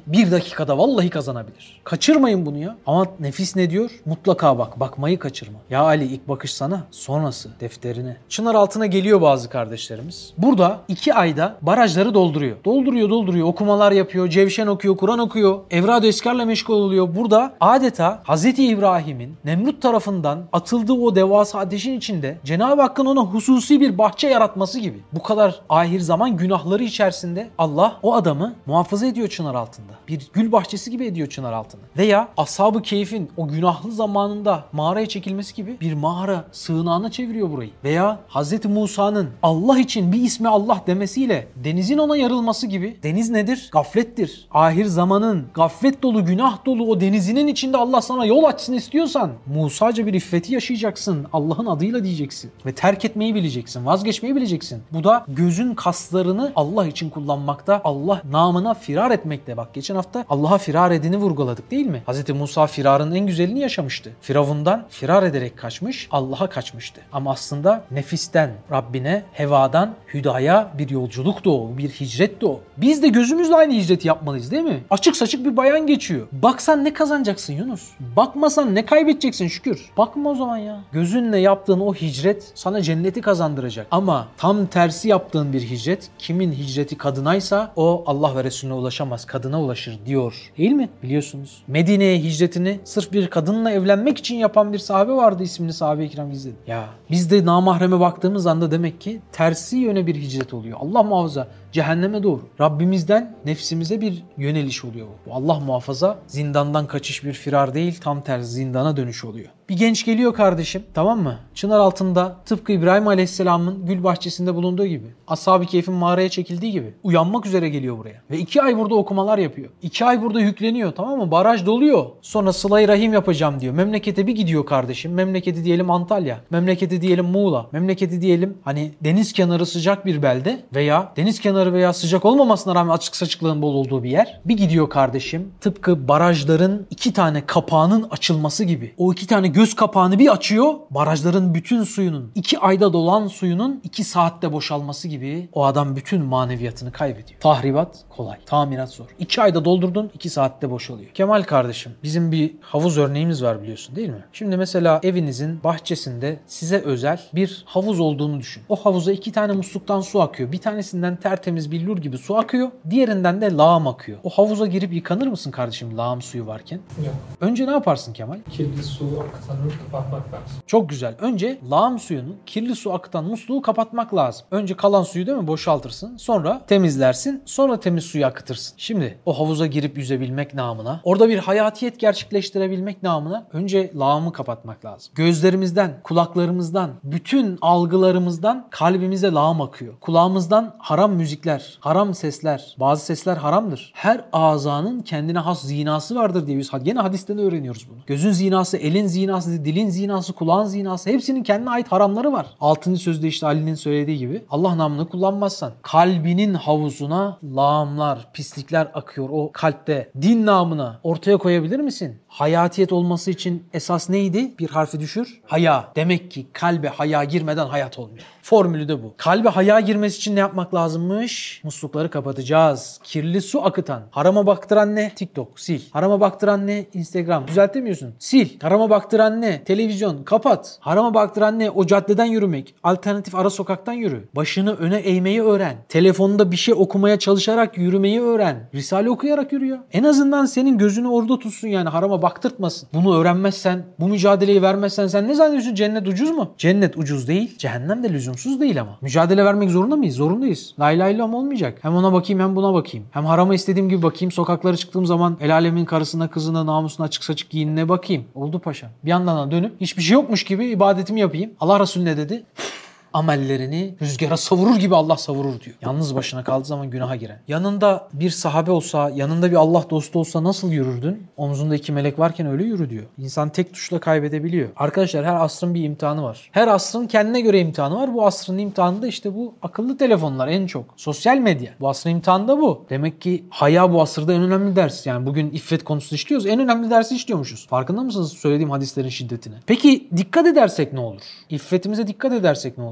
Bir dakikada vallahi kazanabilir. Kaçırmayın bunu ya. Ama nefis ne diyor? Mutlaka bak. Bakmayı kaçırma. Ya Ali ilk bakış sana, sonrası defterine. Çınar altına geliyor bazı kardeşlerimiz. Burada 2 ayda barajları dolduruyor. Dolduruyor. Okumalar yapıyor. Cevşen okuyor. Kur'an okuyor. Evrad-ı eskarla meşgul oluyor. Burada adeta Hz. İbrahim'in Nemrut tarafından atıldığı o devasa ateşin içinde Cenab-ı Hakk'ın ona hususi bir bahçe yaratması gibi. Bu kadar ahir zaman günahları içerisinde Allah o adamı muhafaza ediyor çınar altında. Bir gül bahçesi gibi ediyor çınar altını. Veya Ashab-ı Keyf'in o günahlı zamanında mağaraya çekilmesi gibi bir mağara sığınağına çeviriyor burayı. Veya Hz. Musa'nın Allah için bir ismi Allah demesiyle denizin ona yarılması gibi. Deniz nedir? Gaflettir. Ahir zamanın gaflet dolu, günah dolu o denizinin içinde Allah sana yol açsın istiyorsan Musa'ca bir iffeti yaşayacaksın. Allah'ın adıyla diyeceksin. Ve terk etmeyi bileceksin. Vazgeçmeyi bileceksin. Bu da gözün kaslarını Allah için kullanmakta, Allah namına firar etmekte. Bak geçen hafta Allah'a firar edini vurguladık değil mi? Hz. Musa firarın en güzelini yaşamıştı. Firavundan firar ederek kaçmış, Allah'a kaçmıştı. Ama aslında nefisten Rabbine, hevadan hüdaya bir yolculuk da o, bir hicret de o. Biz de gözümüzle aynı hicreti yapmalıyız değil mi? Açık saçık bir bayan geçiyor. Baksan ne kazanacaksın Yunus? Bakmasan ne kaybedeceksin Şükür? Bakma o zaman ya. Gözünle yaptığın o hicret sana cenneti kazandıracak. Ama tam tersi yaptığın bir hicret, kimin hicreti kadınaysa o Allah ve Resulüne ulaşamaz, kadına ulaşır diyor. Değil mi? Biliyorsunuz. Medine'ye hicretini sırf bir kadınla evlenmek için yapan bir sahabe vardı, ismini sahabe-i kiram gizledi. Ya biz de namahreme baktığımız anda demek ki tersi yöne bir hicret oluyor. Allah muhafaza. Cehenneme doğru. Rabbimizden nefsimize bir yöneliş oluyor bu. Allah muhafaza, zindandan kaçış bir firar değil, tam tersi zindana dönüş oluyor. Bir genç geliyor kardeşim, tamam mı? Çınar altında tıpkı İbrahim Aleyhisselam'ın gül bahçesinde bulunduğu gibi, Ashab-ı Keyf'in mağaraya çekildiği gibi uyanmak üzere geliyor buraya. Ve 2 ay burada okumalar yapıyor. 2 ay burada yükleniyor, tamam mı? Baraj doluyor. Sonra sıla-i rahim yapacağım diyor. Memlekete bir gidiyor kardeşim. Memleketi diyelim Antalya. Memleketi diyelim Muğla. Memleketi diyelim hani deniz kenarı sıcak bir belde veya deniz kenarı veya sıcak olmamasına rağmen açık saçıklığın bol olduğu bir yer. Bir gidiyor kardeşim. Tıpkı barajların 2 tane kapağının açılması gibi. O 2 tane göz kapağını bir açıyor. Barajların bütün suyunun, 2 ayda dolan suyunun 2 saatte boşalması gibi o adam bütün maneviyatını kaybediyor. Tahribat kolay. Tamirat zor. 2 ayda doldurdun, 2 saatte boşalıyor. Kemal kardeşim, bizim bir havuz örneğimiz var biliyorsun değil mi? Şimdi mesela evinizin bahçesinde size özel bir havuz olduğunu düşün. O havuza 2 tane musluktan su akıyor. Bir tanesinden tertemiz billur gibi su akıyor. Diğerinden de lağım akıyor. O havuza girip yıkanır mısın kardeşim lağım suyu varken? Yok. Önce ne yaparsın Kemal? Kirli su akıtanı kapatmak lazım. Çok güzel. Önce lağım suyunu, kirli su akıtan musluğu kapatmak lazım. Önce kalan suyu değil mi boşaltırsın. Sonra temizlersin. Sonra temiz suyu akıtırsın. Şimdi o havuza girip yüzebilmek namına, orada bir hayatiyet gerçekleştirebilmek namına önce lağımı kapatmak lazım. Gözlerimizden, kulaklarımızdan, bütün algılarımızdan kalbimize lağım akıyor. Kulağımızdan haram müzikler, haram sesler, bazı sesler haramdır. Her azanın kendine has zinası vardır diye biz gene hadisten öğreniyoruz bunu. Gözün zinası, elin zinası, dilin zinası, kulağın zinası hepsinin kendine ait haramları var. 6. sözde işte Ali'nin söylediği gibi Allah namını kullanmazsan kalbinin havuzuna lağımlar, pislikler akıyor o kalpte. Din namına ortaya koyabilir misin? Hayatiyet olması için esas neydi? Bir harfi düşür. Haya. Demek ki kalbe haya girmeden hayat olmuyor. Formülü de bu. Kalbe haya girmesi için ne yapmak lazımmış? Muslukları kapatacağız. Kirli su akıtan. Harama baktıran ne? TikTok. Sil. Harama baktıran ne? Instagram. Düzeltemiyorsun. Sil. Harama baktıran ne? Televizyon. Kapat. Harama baktıran ne? O caddeden yürümek. Alternatif ara sokaktan yürü. Başını öne eğmeyi öğren. Telefonda bir şey okumaya çalışarak yürümeyi öğren. Risale okuyarak yürü ya. En azından senin gözünü orada tutsun yani harama baktırtmasın. Bunu öğrenmezsen, bu mücadeleyi vermezsen sen ne zannediyorsun? Cennet ucuz mu? Cennet ucuz değil. Cehennem de lüzumsuz değil ama. Mücadele vermek zorunda mıyız? Zorundayız. La ilahe illallah olmayacak. Hem ona bakayım hem buna bakayım. Hem harama istediğim gibi bakayım. Sokaklara çıktığım zaman el alemin karısına, kızına, namusuna açık saçık giyinine bakayım. Oldu paşam. Bir yandan da dönüp hiçbir şey yokmuş gibi ibadetimi yapayım. Allah Resulü ne dedi? Amellerini rüzgara savurur gibi Allah savurur diyor. Yalnız başına kaldığı zaman günaha giren. Yanında bir sahabe olsa, yanında bir Allah dostu olsa nasıl yürürdün? Omzunda 2 melek varken öyle yürü diyor. İnsan tek tuşla kaybedebiliyor. Arkadaşlar her asrın bir imtihanı var. Her asrın kendine göre imtihanı var. Bu asrın imtihanı da işte bu akıllı telefonlar en çok. Sosyal medya. Bu asrın imtihanı da bu. Demek ki haya bu asırda en önemli ders. Yani bugün iffet konusunu işliyoruz. En önemli dersi işliyormuşuz. Farkında mısınız söylediğim hadislerin şiddetine? Peki dikkat edersek ne olur? İffetimize dikkat edersek ne olur?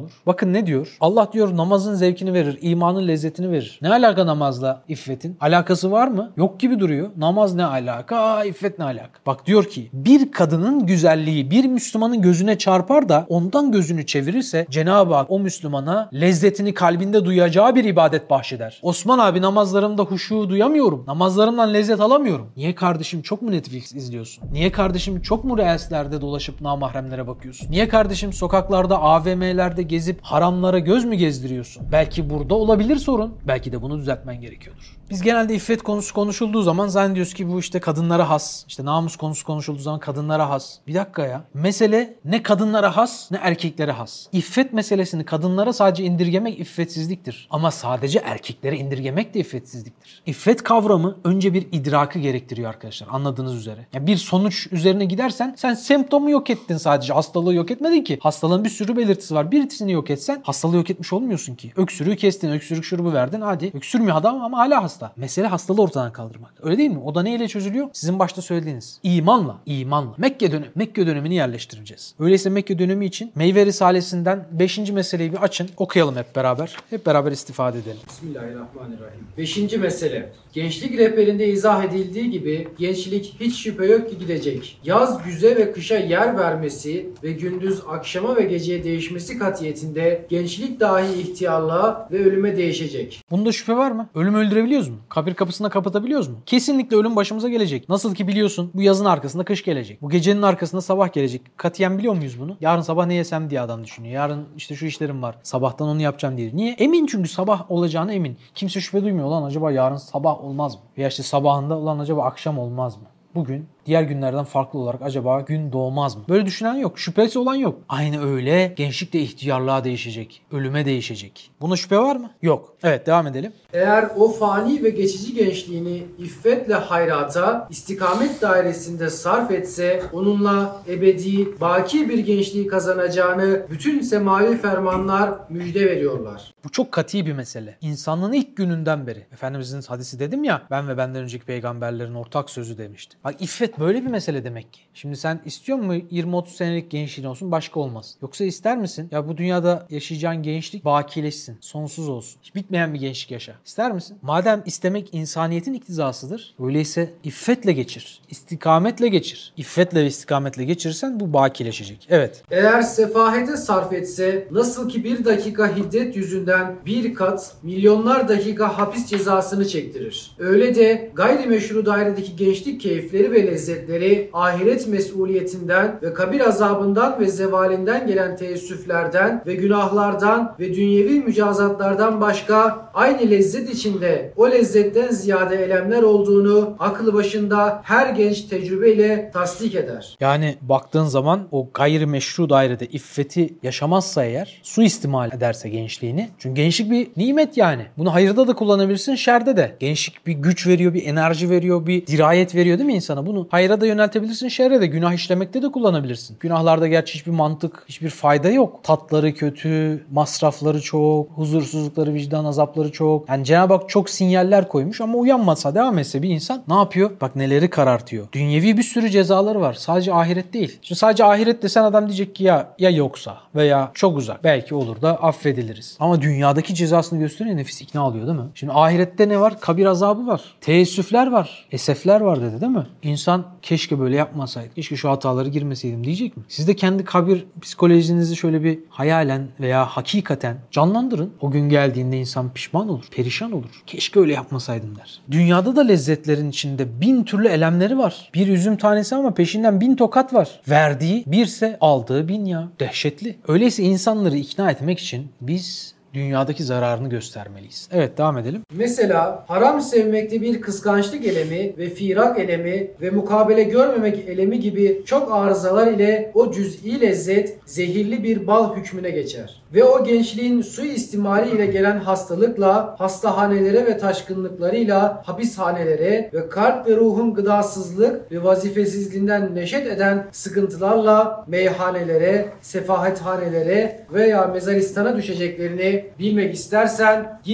olur. Bakın ne diyor? Allah diyor namazın zevkini verir, imanın lezzetini verir. Ne alaka namazla iffetin? Alakası var mı? Yok gibi duruyor. Namaz ne alaka? İffet ne alaka? Bak diyor ki bir kadının güzelliği bir Müslümanın gözüne çarpar da ondan gözünü çevirirse Cenab-ı Hak o Müslümana lezzetini kalbinde duyacağı bir ibadet bahşeder. Osman abi namazlarımda huşu duyamıyorum. Namazlarımdan lezzet alamıyorum. Niye kardeşim çok mu Netflix izliyorsun? Niye kardeşim çok mu Reels'lerde dolaşıp namahremlere bakıyorsun? Niye kardeşim sokaklarda, AVM'lerde gezip haramlara göz mü gezdiriyorsun? Belki burada olabilir sorun. Belki de bunu düzeltmen gerekiyordur. Biz genelde iffet konusu konuşulduğu zaman zannediyoruz ki bu işte kadınlara has. İşte namus konusu konuşulduğu zaman kadınlara has. Bir dakika ya. Mesele ne kadınlara has ne erkeklere has. İffet meselesini kadınlara sadece indirgemek iffetsizliktir. Ama sadece erkeklere indirgemek de iffetsizliktir. İffet kavramı önce bir idrakı gerektiriyor arkadaşlar. Anladığınız üzere. Yani bir sonuç üzerine gidersen sen semptomu yok ettin sadece. Hastalığı yok etmedin ki. Hastalığın bir sürü belirtisi var. Birisini yok etsen hastalığı yok etmiş olmuyorsun ki. Öksürüğü kestin, öksürük şurubu verdin. Hadi. Öksürmüyor adam ama hala hasta. Mesele hastalığı ortadan kaldırmak. Öyle değil mi? O da neyle çözülüyor? Sizin başta söylediğiniz. İmanla. İmanla. Mekke dönemini yerleştireceğiz. Öyleyse Mekke dönemi için Meyve Risalesi'nden 5. meseleyi bir açın. Okuyalım hep beraber. Hep beraber istifade edelim. Bismillahirrahmanirrahim. 5. mesele. Gençlik rehberinde izah edildiği gibi gençlik hiç şüphe yok ki gidecek. Yaz güze ve kışa yer vermesi ve gündüz akşama ve geceye değişmesi katiyetinde gençlik dahi ihtiyarlığa ve ölüme değişecek. Bunda şüphe var mı? Ölüm öldürebiliyoruz mu? Kabir kapısına kapatabiliyoruz mu? Kesinlikle ölüm başımıza gelecek. Nasıl ki biliyorsun bu yazın arkasında kış gelecek. Bu gecenin arkasında sabah gelecek. Katiyen biliyor muyuz bunu? Yarın sabah ne yesem diye adam düşünüyor. Yarın işte şu işlerim var. Sabahtan onu yapacağım diye. Niye? Emin çünkü sabah olacağına emin. Kimse şüphe duymuyor. Lan acaba yarın sabah olmaz mı? Veya işte sabahında ulan acaba akşam olmaz mı? Bugün diğer günlerden farklı olarak acaba gün doğmaz mı? Böyle düşünen yok. Şüphesi olan yok. Aynı öyle gençlik de ihtiyarlığa değişecek. Ölüme değişecek. Buna şüphe var mı? Yok. Evet devam edelim. Eğer o fani ve geçici gençliğini iffetle hayrata, istikamet dairesinde sarf etse, onunla ebedi, baki bir gençliği kazanacağını bütün semavi fermanlar müjde veriyorlar. Bu çok kat'i bir mesele. İnsanlığın ilk gününden beri. Efendimizin hadisi dedim ya, ben ve benden önceki peygamberlerin ortak sözü demişti. Bak iffet böyle bir mesele demek ki. Şimdi sen istiyor musun 20-30 senelik gençliğin olsun başka olmaz. Yoksa ister misin? Ya bu dünyada yaşayacağın gençlik bakileşsin, sonsuz olsun. Hiç bitmeyen bir gençlik yaşa. İster misin? Madem istemek insaniyetin iktizasıdır, öyleyse iffetle geçir. İstikametle geçir. İffetle ve istikametle geçirirsen bu bakileşecek. Evet. Eğer sefahete sarf etse, nasıl ki bir dakika hiddet yüzünden bir kat milyonlar dakika hapis cezasını çektirir. Öyle de gayrimeşru dairedeki gençlik keyifleri ve lezzetleri ahiret mesuliyetinden ve kabir azabından ve zevalinden gelen teessüflerden ve günahlardan ve dünyevi mücazatlardan başka aynı lezzet içinde o lezzetten ziyade elemler olduğunu aklı başında her genç tecrübeyle tasdik eder. Yani baktığın zaman o gayrimeşru dairede iffeti yaşamazsa eğer, suistimal ederse gençliğini. Çünkü gençlik bir nimet yani. Bunu hayırda da kullanabilirsin, şerde de. Gençlik bir güç veriyor, bir enerji veriyor, bir dirayet veriyor değil mi insana? Bunu hayra da yöneltebilirsin, şerre de. Günah işlemekte de kullanabilirsin. Günahlarda gerçi hiçbir mantık, hiçbir fayda yok. Tatları kötü, masrafları çok, huzursuzlukları, vicdan azapları çok. Yani Cenab-ı Hak çok sinyaller koymuş ama uyanmasa, devam etse bir insan ne yapıyor? Bak neleri karartıyor. Dünyevi bir sürü cezaları var. Sadece ahiret değil. Şimdi sadece ahiret desen adam diyecek ki ya yoksa veya çok uzak. Belki olur da affediliriz. Ama dünyadaki cezasını gösteriyor, nefis ikna alıyor değil mi? Şimdi ahirette ne var? Kabir azabı var. Teessüfler var. Esefler var dedi değil mi? İnsan keşke böyle yapmasaydı. Keşke şu hataları girmeseydim diyecek mi? Siz de kendi kabir psikolojinizi şöyle bir hayalen veya hakikaten canlandırın. O gün geldiğinde insan pişman olur, perişan olur. Keşke öyle yapmasaydım der. Dünyada da lezzetlerin içinde 1000 türlü elemleri var. Bir üzüm tanesi ama peşinden 1000 tokat var. Verdiği 1'se aldığı 1000 ya. Dehşetli. Öyleyse insanları ikna etmek için biz dünyadaki zararını göstermeliyiz. Evet devam edelim. Mesela haram sevmekte bir kıskançlık elemi ve firak elemi ve mukabele görmemek elemi gibi çok arızalar ile o cüz'i lezzet zehirli bir bal hükmüne geçer. Ve o gençliğin suistimali ile gelen hastalıkla, hastahanelere ve taşkınlıklarıyla hapishanelere ve kalp ve ruhun gıdasızlık ve vazifesizliğinden neşet eden sıkıntılarla meyhanelere, sefahethanelere veya mezaristana düşeceklerini bilmek istersen git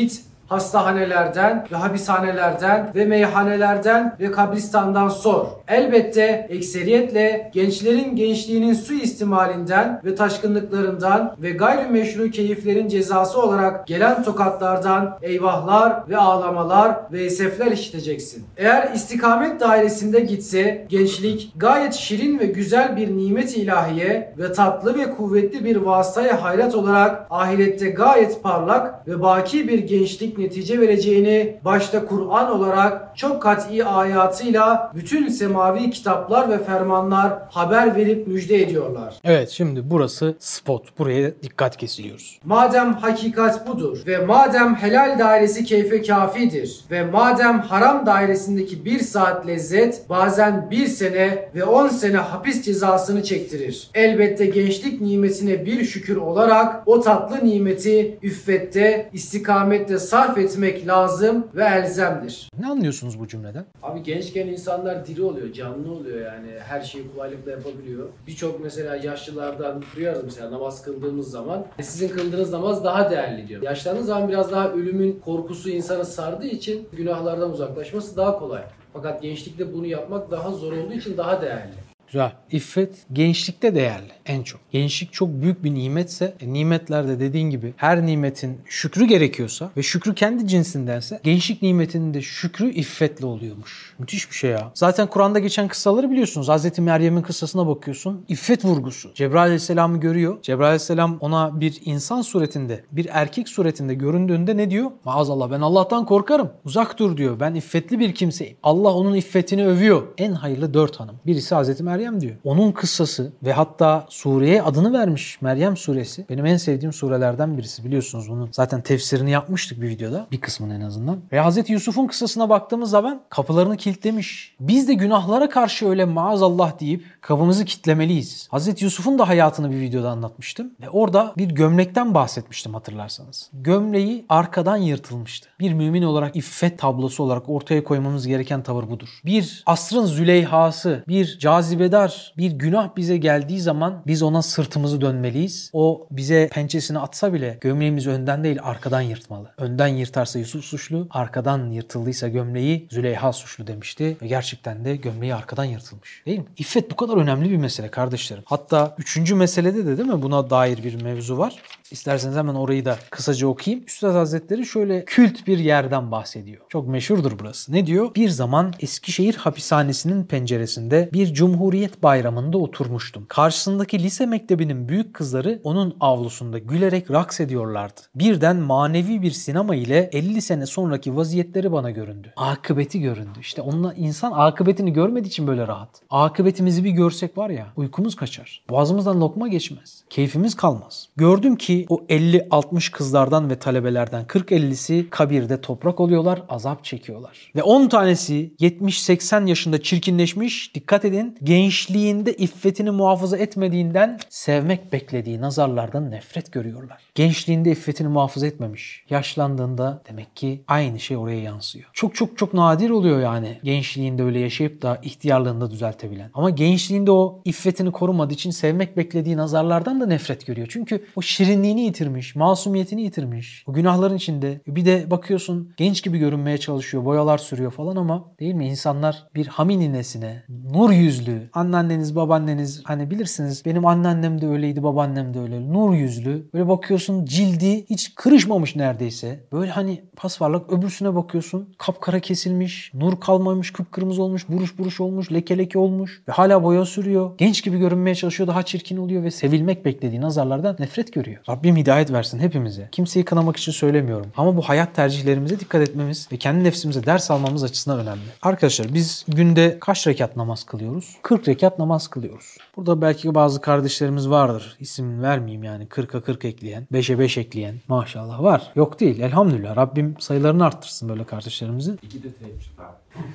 Hastahanelerden ve hapishanelerden ve meyhanelerden ve kabristandan sor. Elbette ekseriyetle gençlerin gençliğinin suistimalinden ve taşkınlıklarından ve gayrimeşru keyiflerin cezası olarak gelen tokatlardan eyvahlar ve ağlamalar ve esefler işiteceksin. Eğer istikamet dairesinde gitse gençlik gayet şirin ve güzel bir nimet ilahiye ve tatlı ve kuvvetli bir vasıtaya hayrat olarak ahirette gayet parlak ve baki bir gençlik netice vereceğini başta Kur'an olarak çok kat'i ayatıyla bütün semavi kitaplar ve fermanlar haber verip müjde ediyorlar. Evet, şimdi burası spot. Buraya dikkat kesiliyoruz. Madem hakikat budur ve madem helal dairesi keyfe kafidir ve madem haram dairesindeki bir saat lezzet bazen 1 sene ve 10 sene hapis cezasını çektirir. Elbette gençlik nimetine bir şükür olarak o tatlı nimeti üffette, istikamette sarf etmek lazım ve elzemdir. Ne anlıyorsunuz bu cümleden? Abi gençken insanlar diri oluyor, canlı oluyor yani. Her şeyi kolaylıkla yapabiliyor. Birçok mesela yaşlılardan duyarız mesela namaz kıldığımız zaman. Sizin kıldığınız namaz daha değerli diyor. Yaşlandığınız zaman biraz daha ölümün korkusu insanı sardığı için günahlardan uzaklaşması daha kolay. Fakat gençlikte bunu yapmak daha zor olduğu için daha değerli. Güzel. İffet gençlikte değerli en çok. Gençlik çok büyük bir nimetse, nimetlerde dediğin gibi her nimetin şükrü gerekiyorsa ve şükrü kendi cinsindense gençlik nimetinin de şükrü iffetle oluyormuş. Müthiş bir şey ya. Zaten Kur'an'da geçen kıssaları biliyorsunuz. Hazreti Meryem'in kıssasına bakıyorsun. İffet vurgusu. Cebrail Aleyhisselam'ı görüyor. Cebrail Aleyhisselam ona bir insan suretinde, bir erkek suretinde göründüğünde ne diyor? Maazallah, ben Allah'tan korkarım. Uzak dur diyor. Ben iffetli bir kimseyim. Allah onun iffetini övüyor. En hayırlı 4 hanım. Birisi Hazreti Meryem diyor. Onun kıssası ve hatta sureye adını vermiş Meryem suresi. Benim en sevdiğim surelerden birisi, biliyorsunuz bunu. Zaten tefsirini yapmıştık bir videoda. Bir kısmını en azından. Ve Hazreti Yusuf'un kıssasına baktığımız zaman kapılarını kilitlemiş. Biz de günahlara karşı öyle maazallah deyip kapımızı kilitlemeliyiz. Hazreti Yusuf'un da hayatını bir videoda anlatmıştım. Ve orada bir gömlekten bahsetmiştim hatırlarsanız. Gömleği arkadan yırtılmıştı. Bir mümin olarak iffet tablosu olarak ortaya koymamız gereken tavır budur. Bir asrın Züleyha'sı, bir cazibedar bir günah bize geldiği zaman biz ona sırtımızı dönmeliyiz. O bize pençesini atsa bile gömleğimizi önden değil arkadan yırtmalı. Önden yırtarsa Yusuf suçlu, arkadan yırtıldıysa gömleği Züleyha suçlu demişti. Ve gerçekten de gömleği arkadan yırtılmış. Değil mi? İffet bu kadar önemli bir mesele kardeşlerim. Hatta 3. meselede de değil mi buna dair bir mevzu var. İsterseniz hemen orayı da kısaca okuyayım. Üstad Hazretleri şöyle kült bir yerden bahsediyor. Çok meşhurdur burası. Ne diyor? Bir zaman Eskişehir hapishanesinin penceresinde bir Cumhuriyet bayramında oturmuştum. Karşısındaki lise mektebinin büyük kızları onun avlusunda gülerek raks ediyorlardı. Birden manevi bir sinema ile 50 sene sonraki vaziyetleri bana göründü. Akıbeti göründü. İşte onunla insan akıbetini görmediği için böyle rahat. Akıbetimizi bir görsek var ya, uykumuz kaçar. Boğazımızdan lokma geçmez. Keyfimiz kalmaz. Gördüm ki o 50-60 kızlardan ve talebelerden 40-50'si kabirde toprak oluyorlar, azap çekiyorlar. Ve 10 tanesi 70-80 yaşında çirkinleşmiş, dikkat edin, gençliğinde iffetini muhafaza etmediğinden sevmek beklediği nazarlardan nefret görüyorlar. Gençliğinde iffetini muhafaza etmemiş. Yaşlandığında demek ki aynı şey oraya yansıyor. Çok nadir oluyor yani gençliğinde öyle yaşayıp da ihtiyarlığında düzeltebilen. Ama gençliğinde o iffetini korumadığı için sevmek beklediği nazarlardan da nefret görüyor. Çünkü o şirinliğini yitirmiş, masumiyetini yitirmiş. O günahların içinde. Bir de bakıyorsun genç gibi görünmeye çalışıyor, boyalar sürüyor falan ama değil mi? İnsanlar bir hami ninesine, nur yüzlü, anneanneniz, babaanneniz, hani bilirsiniz benim anneannem de öyleydi, babaannem de öyle. Nur yüzlü. Böyle bakıyorsun cildi hiç kırışmamış neredeyse. Böyle hani pasparlak, öbürsüne bakıyorsun kapkara kesilmiş, nur kalmamış, kıpkırmızı olmuş, buruş buruş olmuş, leke leke olmuş ve hala boya sürüyor. Genç gibi görünmeye çalışıyor, daha çirkin oluyor ve sevilmek beklediği nazarlardan nefret görüyor. Rabbim hidayet versin hepimize. Kimseyi kınamak için söylemiyorum. Ama bu hayat tercihlerimize dikkat etmemiz ve kendi nefsimize ders almamız açısından önemli. Arkadaşlar biz günde kaç rekat namaz kılıyoruz? 40 rekat namaz kılıyoruz. Burada belki bazı kardeşlerimiz vardır. İsim vermeyeyim yani 40'a 40 ekleyen, 5'e 5 ekleyen. Maşallah var. Yok değil. Elhamdülillah. Rabbim sayılarını arttırsın böyle kardeşlerimizin. 2 de teheccüd abi.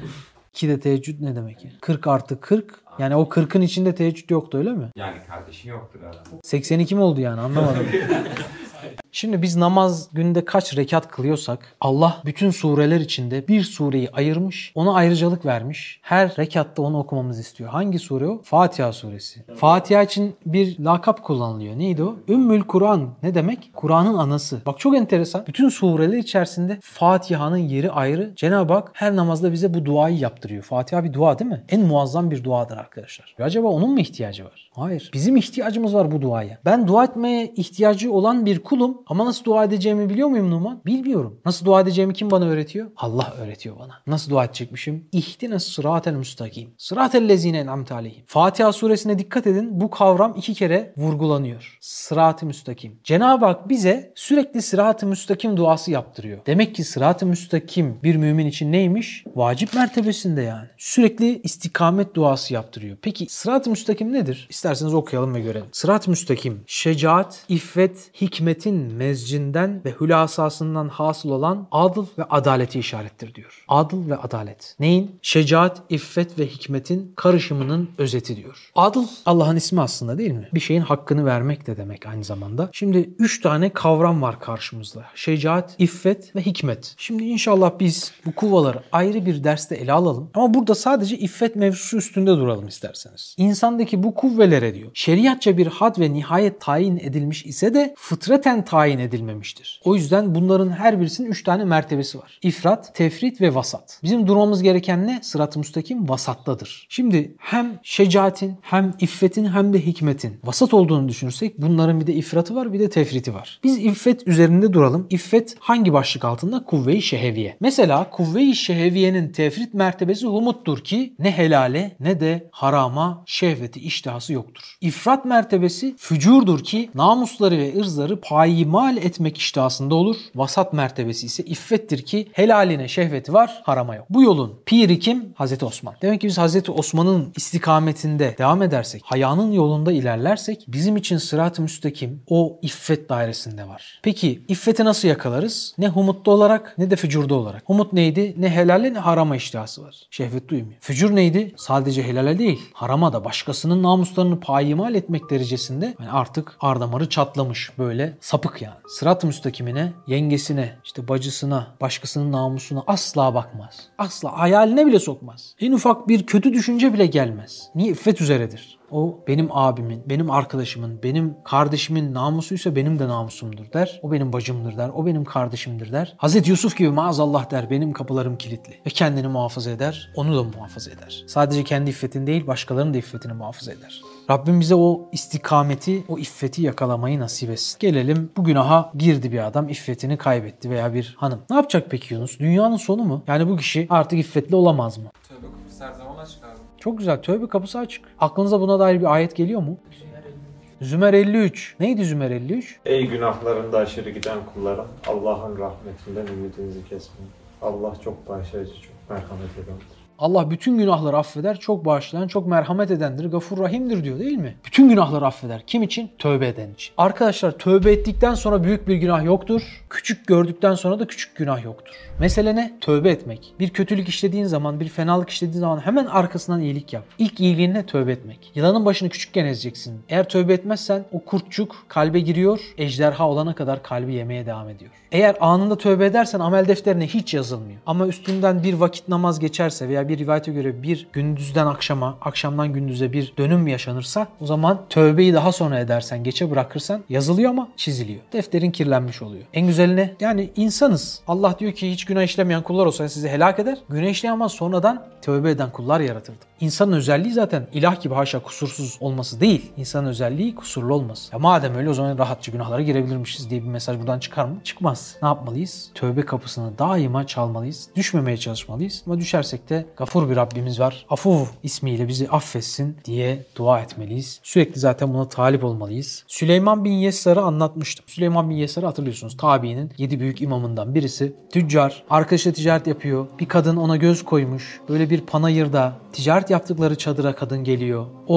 2 de teheccüd ne demek ya? 40 artı 40. Yani o 40'ın içinde teheccüd yoktu öyle mi? Yani kardeşin yoktur herhalde. 82 mi oldu yani anlamadım. Şimdi biz namaz günde kaç rekat kılıyorsak Allah bütün sureler içinde bir sureyi ayırmış, ona ayrıcalık vermiş. Her rekatta onu okumamızı istiyor. Hangi sure o? Fatiha suresi. Fatiha için bir lakap kullanılıyor. Neydi o? Ümmül Kur'an. Ne demek? Kur'an'ın anası. Bak çok enteresan. Bütün sureler içerisinde Fatiha'nın yeri ayrı. Cenab-ı Hak her namazda bize bu duayı yaptırıyor. Fatiha bir dua değil mi? En muazzam bir duadır arkadaşlar. Acaba onun mu ihtiyacı var? Hayır. Bizim ihtiyacımız var bu duaya. Ben dua etmeye ihtiyacı olan bir kulum ama nasıl dua edeceğimi biliyor muyum Numan? Bilmiyorum. Nasıl dua edeceğimi kim bana öğretiyor? Allah öğretiyor bana. Nasıl dua edecekmişim? İhdines sıratel müstakim. Sıratellezine en'amte aleyhim. Fatiha suresine dikkat edin. Bu kavram 2 kere vurgulanıyor. Sırat-ı müstakim. Cenab-ı Hak bize sürekli sırat-ı müstakim duası yaptırıyor. Demek ki sırat-ı müstakim bir mümin için neymiş? Vacip mertebesinde yani. Sürekli istikamet duası yaptırıyor. Peki sırat-ı müstakim nedir? İsterseniz okuyalım ve görelim. Sırat-ı müstakim, şecaat, iffet, hikmetin mezcinden ve hülasasından hasıl olan adıl ve adaleti işarettir diyor. Adıl ve adalet. Neyin? Şecaat, iffet ve hikmetin karışımının özeti diyor. Adıl Allah'ın ismi aslında değil mi? Bir şeyin hakkını vermek de demek aynı zamanda. Şimdi 3 tane kavram var karşımızda. Şecaat, iffet ve hikmet. Şimdi inşallah biz bu kuvaları ayrı bir derste ele alalım. Ama burada sadece iffet mevzusu üstünde duralım isterseniz. İnsandaki bu kuvvelere diyor, şeriatça bir had ve nihayet tayin edilmiş ise de fıtraten tayin edilmemiştir. O yüzden bunların her birisinin 3 tane mertebesi var. İfrat, tefrit ve vasat. Bizim durmamız gereken ne? Sırat-ı müstakim vasattadır. Şimdi hem şecaatin, hem iffetin, hem de hikmetin vasat olduğunu düşünürsek bunların bir de ifratı var, bir de tefriti var. Biz iffet üzerinde duralım. İffet hangi başlık altında? Kuvve-i şeheviye. Mesela kuvve-i şeheviyenin tefrit mertebesi humuttur ki ne helale ne de harama şehveti iştihası yoktur. İfrat mertebesi fücurdur ki namusları ve ırzları payimal etmek iştihasında olur. Vasat mertebesi ise iffettir ki helaline şehveti var, harama yok. Bu yolun piri kim? Hazreti Osman. Demek ki biz Hazreti Osman'ın istikametinde devam edersek, hayanın yolunda ilerlersek bizim için sırat-ı müstakim o iffet dairesinde var. Peki iffeti nasıl yakalarız? Ne humutlu olarak ne de fücurda olarak. Humut neydi? Ne helale ne harama iştihası var. Şehvet duymuyor. Fücur neydi? Sadece helale değil, harama da başkasının namuslarını payimal etmek derecesinde yani artık ardamarı çatlamış, böyle sapık yani. Sırat-ı müstakimine, yengesine, işte bacısına, başkasının namusuna asla bakmaz. Asla hayaline bile sokmaz. En ufak bir kötü düşünce bile gelmez. Niye? İffet üzeredir. O benim abimin, benim arkadaşımın, benim kardeşimin namusuysa benim de namusumdur der. O benim bacımdır der. O benim kardeşimdir der. Hazreti Yusuf gibi maazallah der. Benim kapılarım kilitli. Ve kendini muhafaza eder. Onu da muhafaza eder. Sadece kendi iffetini değil başkalarının da iffetini muhafaza eder. Rabbim bize o istikameti, o iffeti yakalamayı nasip etsin. Gelelim bu günaha girdi bir adam, iffetini kaybetti veya bir hanım. Ne yapacak peki Yunus? Dünyanın sonu mu? Yani bu kişi artık iffetli olamaz mı? Tövbe kapısı her zaman açık abi. Çok güzel. Tövbe kapısı açık. Aklınıza buna dair bir ayet geliyor mu? Zümer 53. Neydi Zümer 53? Ey günahlarında aşırı giden kullarım, Allah'ın rahmetinden ümidinizi kesmeyin. Allah çok bağışlayıcı, çok merhamet edendir. Allah bütün günahları affeder, çok bağışlayan, çok merhamet edendir, gafur rahimdir diyor değil mi? Bütün günahları affeder. Kim için? Tövbe eden için. Arkadaşlar tövbe ettikten sonra büyük bir günah yoktur. Küçük gördükten sonra da küçük günah yoktur. Mesele ne? Tövbe etmek. Bir kötülük işlediğin zaman, bir fenalık işlediğin zaman hemen arkasından iyilik yap. İlk iyiliğine tövbe etmek. Yılanın başını küçükken ezeceksin. Eğer tövbe etmezsen o kurtçuk kalbe giriyor, ejderha olana kadar kalbi yemeye devam ediyor. Eğer anında tövbe edersen amel defterine hiç yazılmıyor. Ama üstünden bir vakit namaz geçerse veya bir rivayete göre bir gündüzden akşama, akşamdan gündüze bir dönüm yaşanırsa o zaman tövbeyi daha sonra edersen, geçe bırakırsan yazılıyor ama çiziliyor. Defterin kirlenmiş oluyor. En güzeli ne? Yani insanız. Allah diyor ki hiç günah işlemeyen kullar olsa sizi helak eder. Günah işleyen ama sonradan tövbe eden kullar yaratırdım. İnsanın özelliği zaten ilah gibi haşa kusursuz olması değil. İnsanın özelliği kusurlu olması. Ya madem öyle o zaman rahatça günahlara girebilirmişiz diye bir mesaj buradan çıkar mı? Çıkmaz. Ne yapmalıyız? Tövbe kapısını daima çalmalıyız. Düşmemeye çalışmalıyız. Ama düşersek de gafur bir Rabbimiz var. Afuv ismiyle bizi affetsin diye dua etmeliyiz. Sürekli zaten buna talip olmalıyız. Süleyman bin Yesar'ı anlatmıştım. Süleyman bin Yesar'ı hatırlıyorsunuz. Tabiinin 7 büyük imamından birisi. Tüccar. Arkadaşla ticaret yapıyor. Bir kadın ona göz koymuş. Böyle bir panayırda ticaret yaptıkları çadıra kadın geliyor. O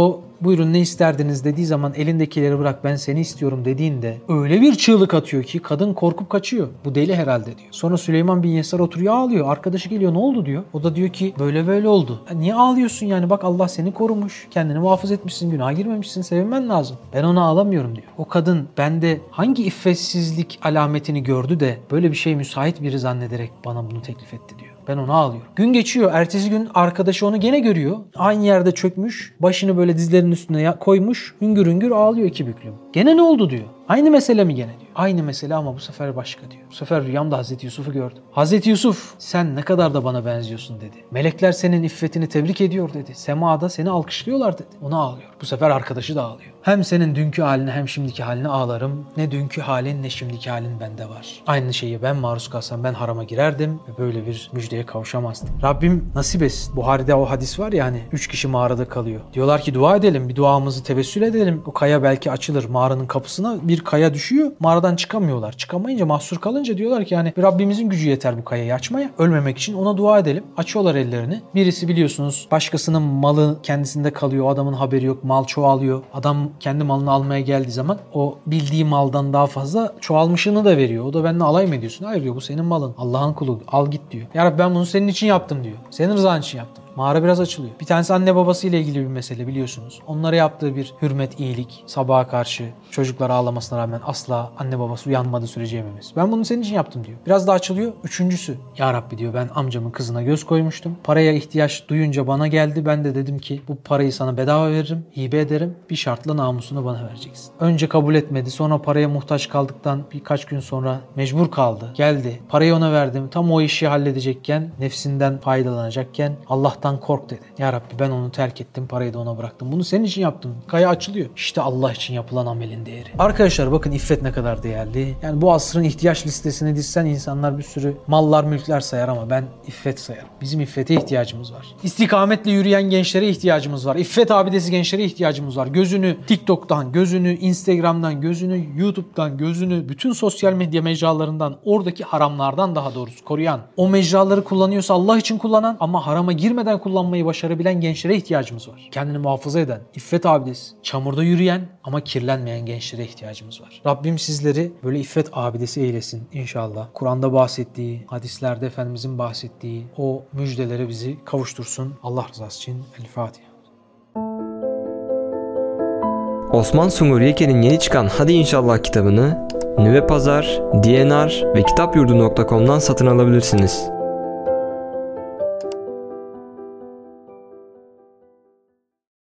buyurun ne isterdiniz dediği zaman elindekileri bırak ben seni istiyorum dediğinde öyle bir çığlık atıyor ki kadın korkup kaçıyor. Bu deli herhalde diyor. Sonra Süleyman bin Yesar oturuyor ağlıyor. Arkadaşı geliyor ne oldu diyor. O da diyor ki böyle böyle oldu. Niye ağlıyorsun yani bak Allah seni korumuş. Kendini muhafaza etmişsin, günaha girmemişsin, sevinmen lazım. Ben onu ağlamıyorum diyor. O kadın bende hangi iffetsizlik alametini gördü de böyle bir şey müsait biri zannederek bana bunu teklif etti diyor. Ben ona ağlıyorum. Gün geçiyor. Ertesi gün arkadaşı onu gene görüyor. Aynı yerde çökmüş. Başını böyle dizlerinin üstüne koymuş. Hüngür hüngür ağlıyor iki büklüm. Gene ne oldu diyor. Aynı mesele mi gene diyor. Aynı mesele ama bu sefer başka diyor. Bu sefer rüyamda Hazreti Yusuf'u gördüm. Hazreti Yusuf sen ne kadar da bana benziyorsun dedi. Melekler senin iffetini tebrik ediyor dedi. Semada seni alkışlıyorlar dedi. Ona ağlıyor. Bu sefer arkadaşı da ağlıyor. Hem senin dünkü haline hem şimdiki haline ağlarım. Ne dünkü halin ne şimdiki halin bende var. Aynı şeyi ben maruz kalsam ben harama girerdim ve böyle bir müjdeye kavuşamazdım. Rabbim nasip etsin. Buhari'de o hadis var ya hani 3 kişi mağarada kalıyor. Diyorlar ki dua edelim. Bir duamızı tevessül edelim. O kaya belki açılır. Mağaranın kapısına bir kaya düşüyor. Mağaradan çıkamıyorlar. Çıkamayınca mahsur kalınca diyorlar ki yani Rabbimizin gücü yeter bu kayayı açmaya. Ölmemek için ona dua edelim. Açıyorlar ellerini. Birisi biliyorsunuz başkasının malı kendisinde kalıyor. O adamın haberi yok. Mal çoğalıyor. Adam kendi malını almaya geldiği zaman o bildiği maldan daha fazla çoğalmışını da veriyor. O da benimle alay mı ediyorsun? Hayır diyor bu senin malın. Allah'ın kulu. Al git diyor. Ya Rabbi ben bunu senin için yaptım diyor. Senin rızan için yaptım. Mağara biraz açılıyor. Bir tanesi anne babasıyla ilgili bir mesele biliyorsunuz. Onlara yaptığı bir hürmet, iyilik, sabaha karşı çocuklar ağlamasına rağmen asla anne babası uyanmadığı sürece yememesi. Ben bunu senin için yaptım diyor. Biraz daha açılıyor. Üçüncüsü. Ya Rabbi diyor ben amcamın kızına göz koymuştum. Paraya ihtiyaç duyunca bana geldi. Ben de dedim ki bu parayı sana bedava veririm, hibe ederim. Bir şartla namusunu bana vereceksin. Önce kabul etmedi. Sonra paraya muhtaç kaldıktan birkaç gün sonra mecbur kaldı. Geldi. Parayı ona verdim. Tam o işi halledecekken, nefsinden faydalanacakken Allah'tan kork dedi. Ya Rabbi ben onu terk ettim. Parayı da ona bıraktım. Bunu senin için yaptım. Kaya açılıyor. İşte Allah için yapılan amelin değeri. Arkadaşlar bakın iffet ne kadar değerli. Yani bu asrın ihtiyaç listesine dizsen insanlar bir sürü mallar, mülkler sayar ama ben iffet sayarım. Bizim iffete ihtiyacımız var. İstikametle yürüyen gençlere ihtiyacımız var. İffet abidesi gençlere ihtiyacımız var. Gözünü TikTok'tan, gözünü Instagram'dan, gözünü YouTube'dan, gözünü bütün sosyal medya mecralarından, oradaki haramlardan daha doğrusu koruyan, o mecraları kullanıyorsa Allah için kullanan ama harama girmeden kullanmayı başarabilen gençlere ihtiyacımız var. Kendini muhafaza eden, iffet abidesi, çamurda yürüyen ama kirlenmeyen gençlere ihtiyacımız var. Rabbim sizleri böyle iffet abidesi eylesin inşallah. Kur'an'da bahsettiği, hadislerde Efendimizin bahsettiği o müjdelere bizi kavuştursun. Allah rızası için El Fatiha. Osman Sungur Yeke'nin yeni çıkan Hadi İnşallah kitabını Nüve Pazar, DNR ve kitapyurdu.com'dan satın alabilirsiniz.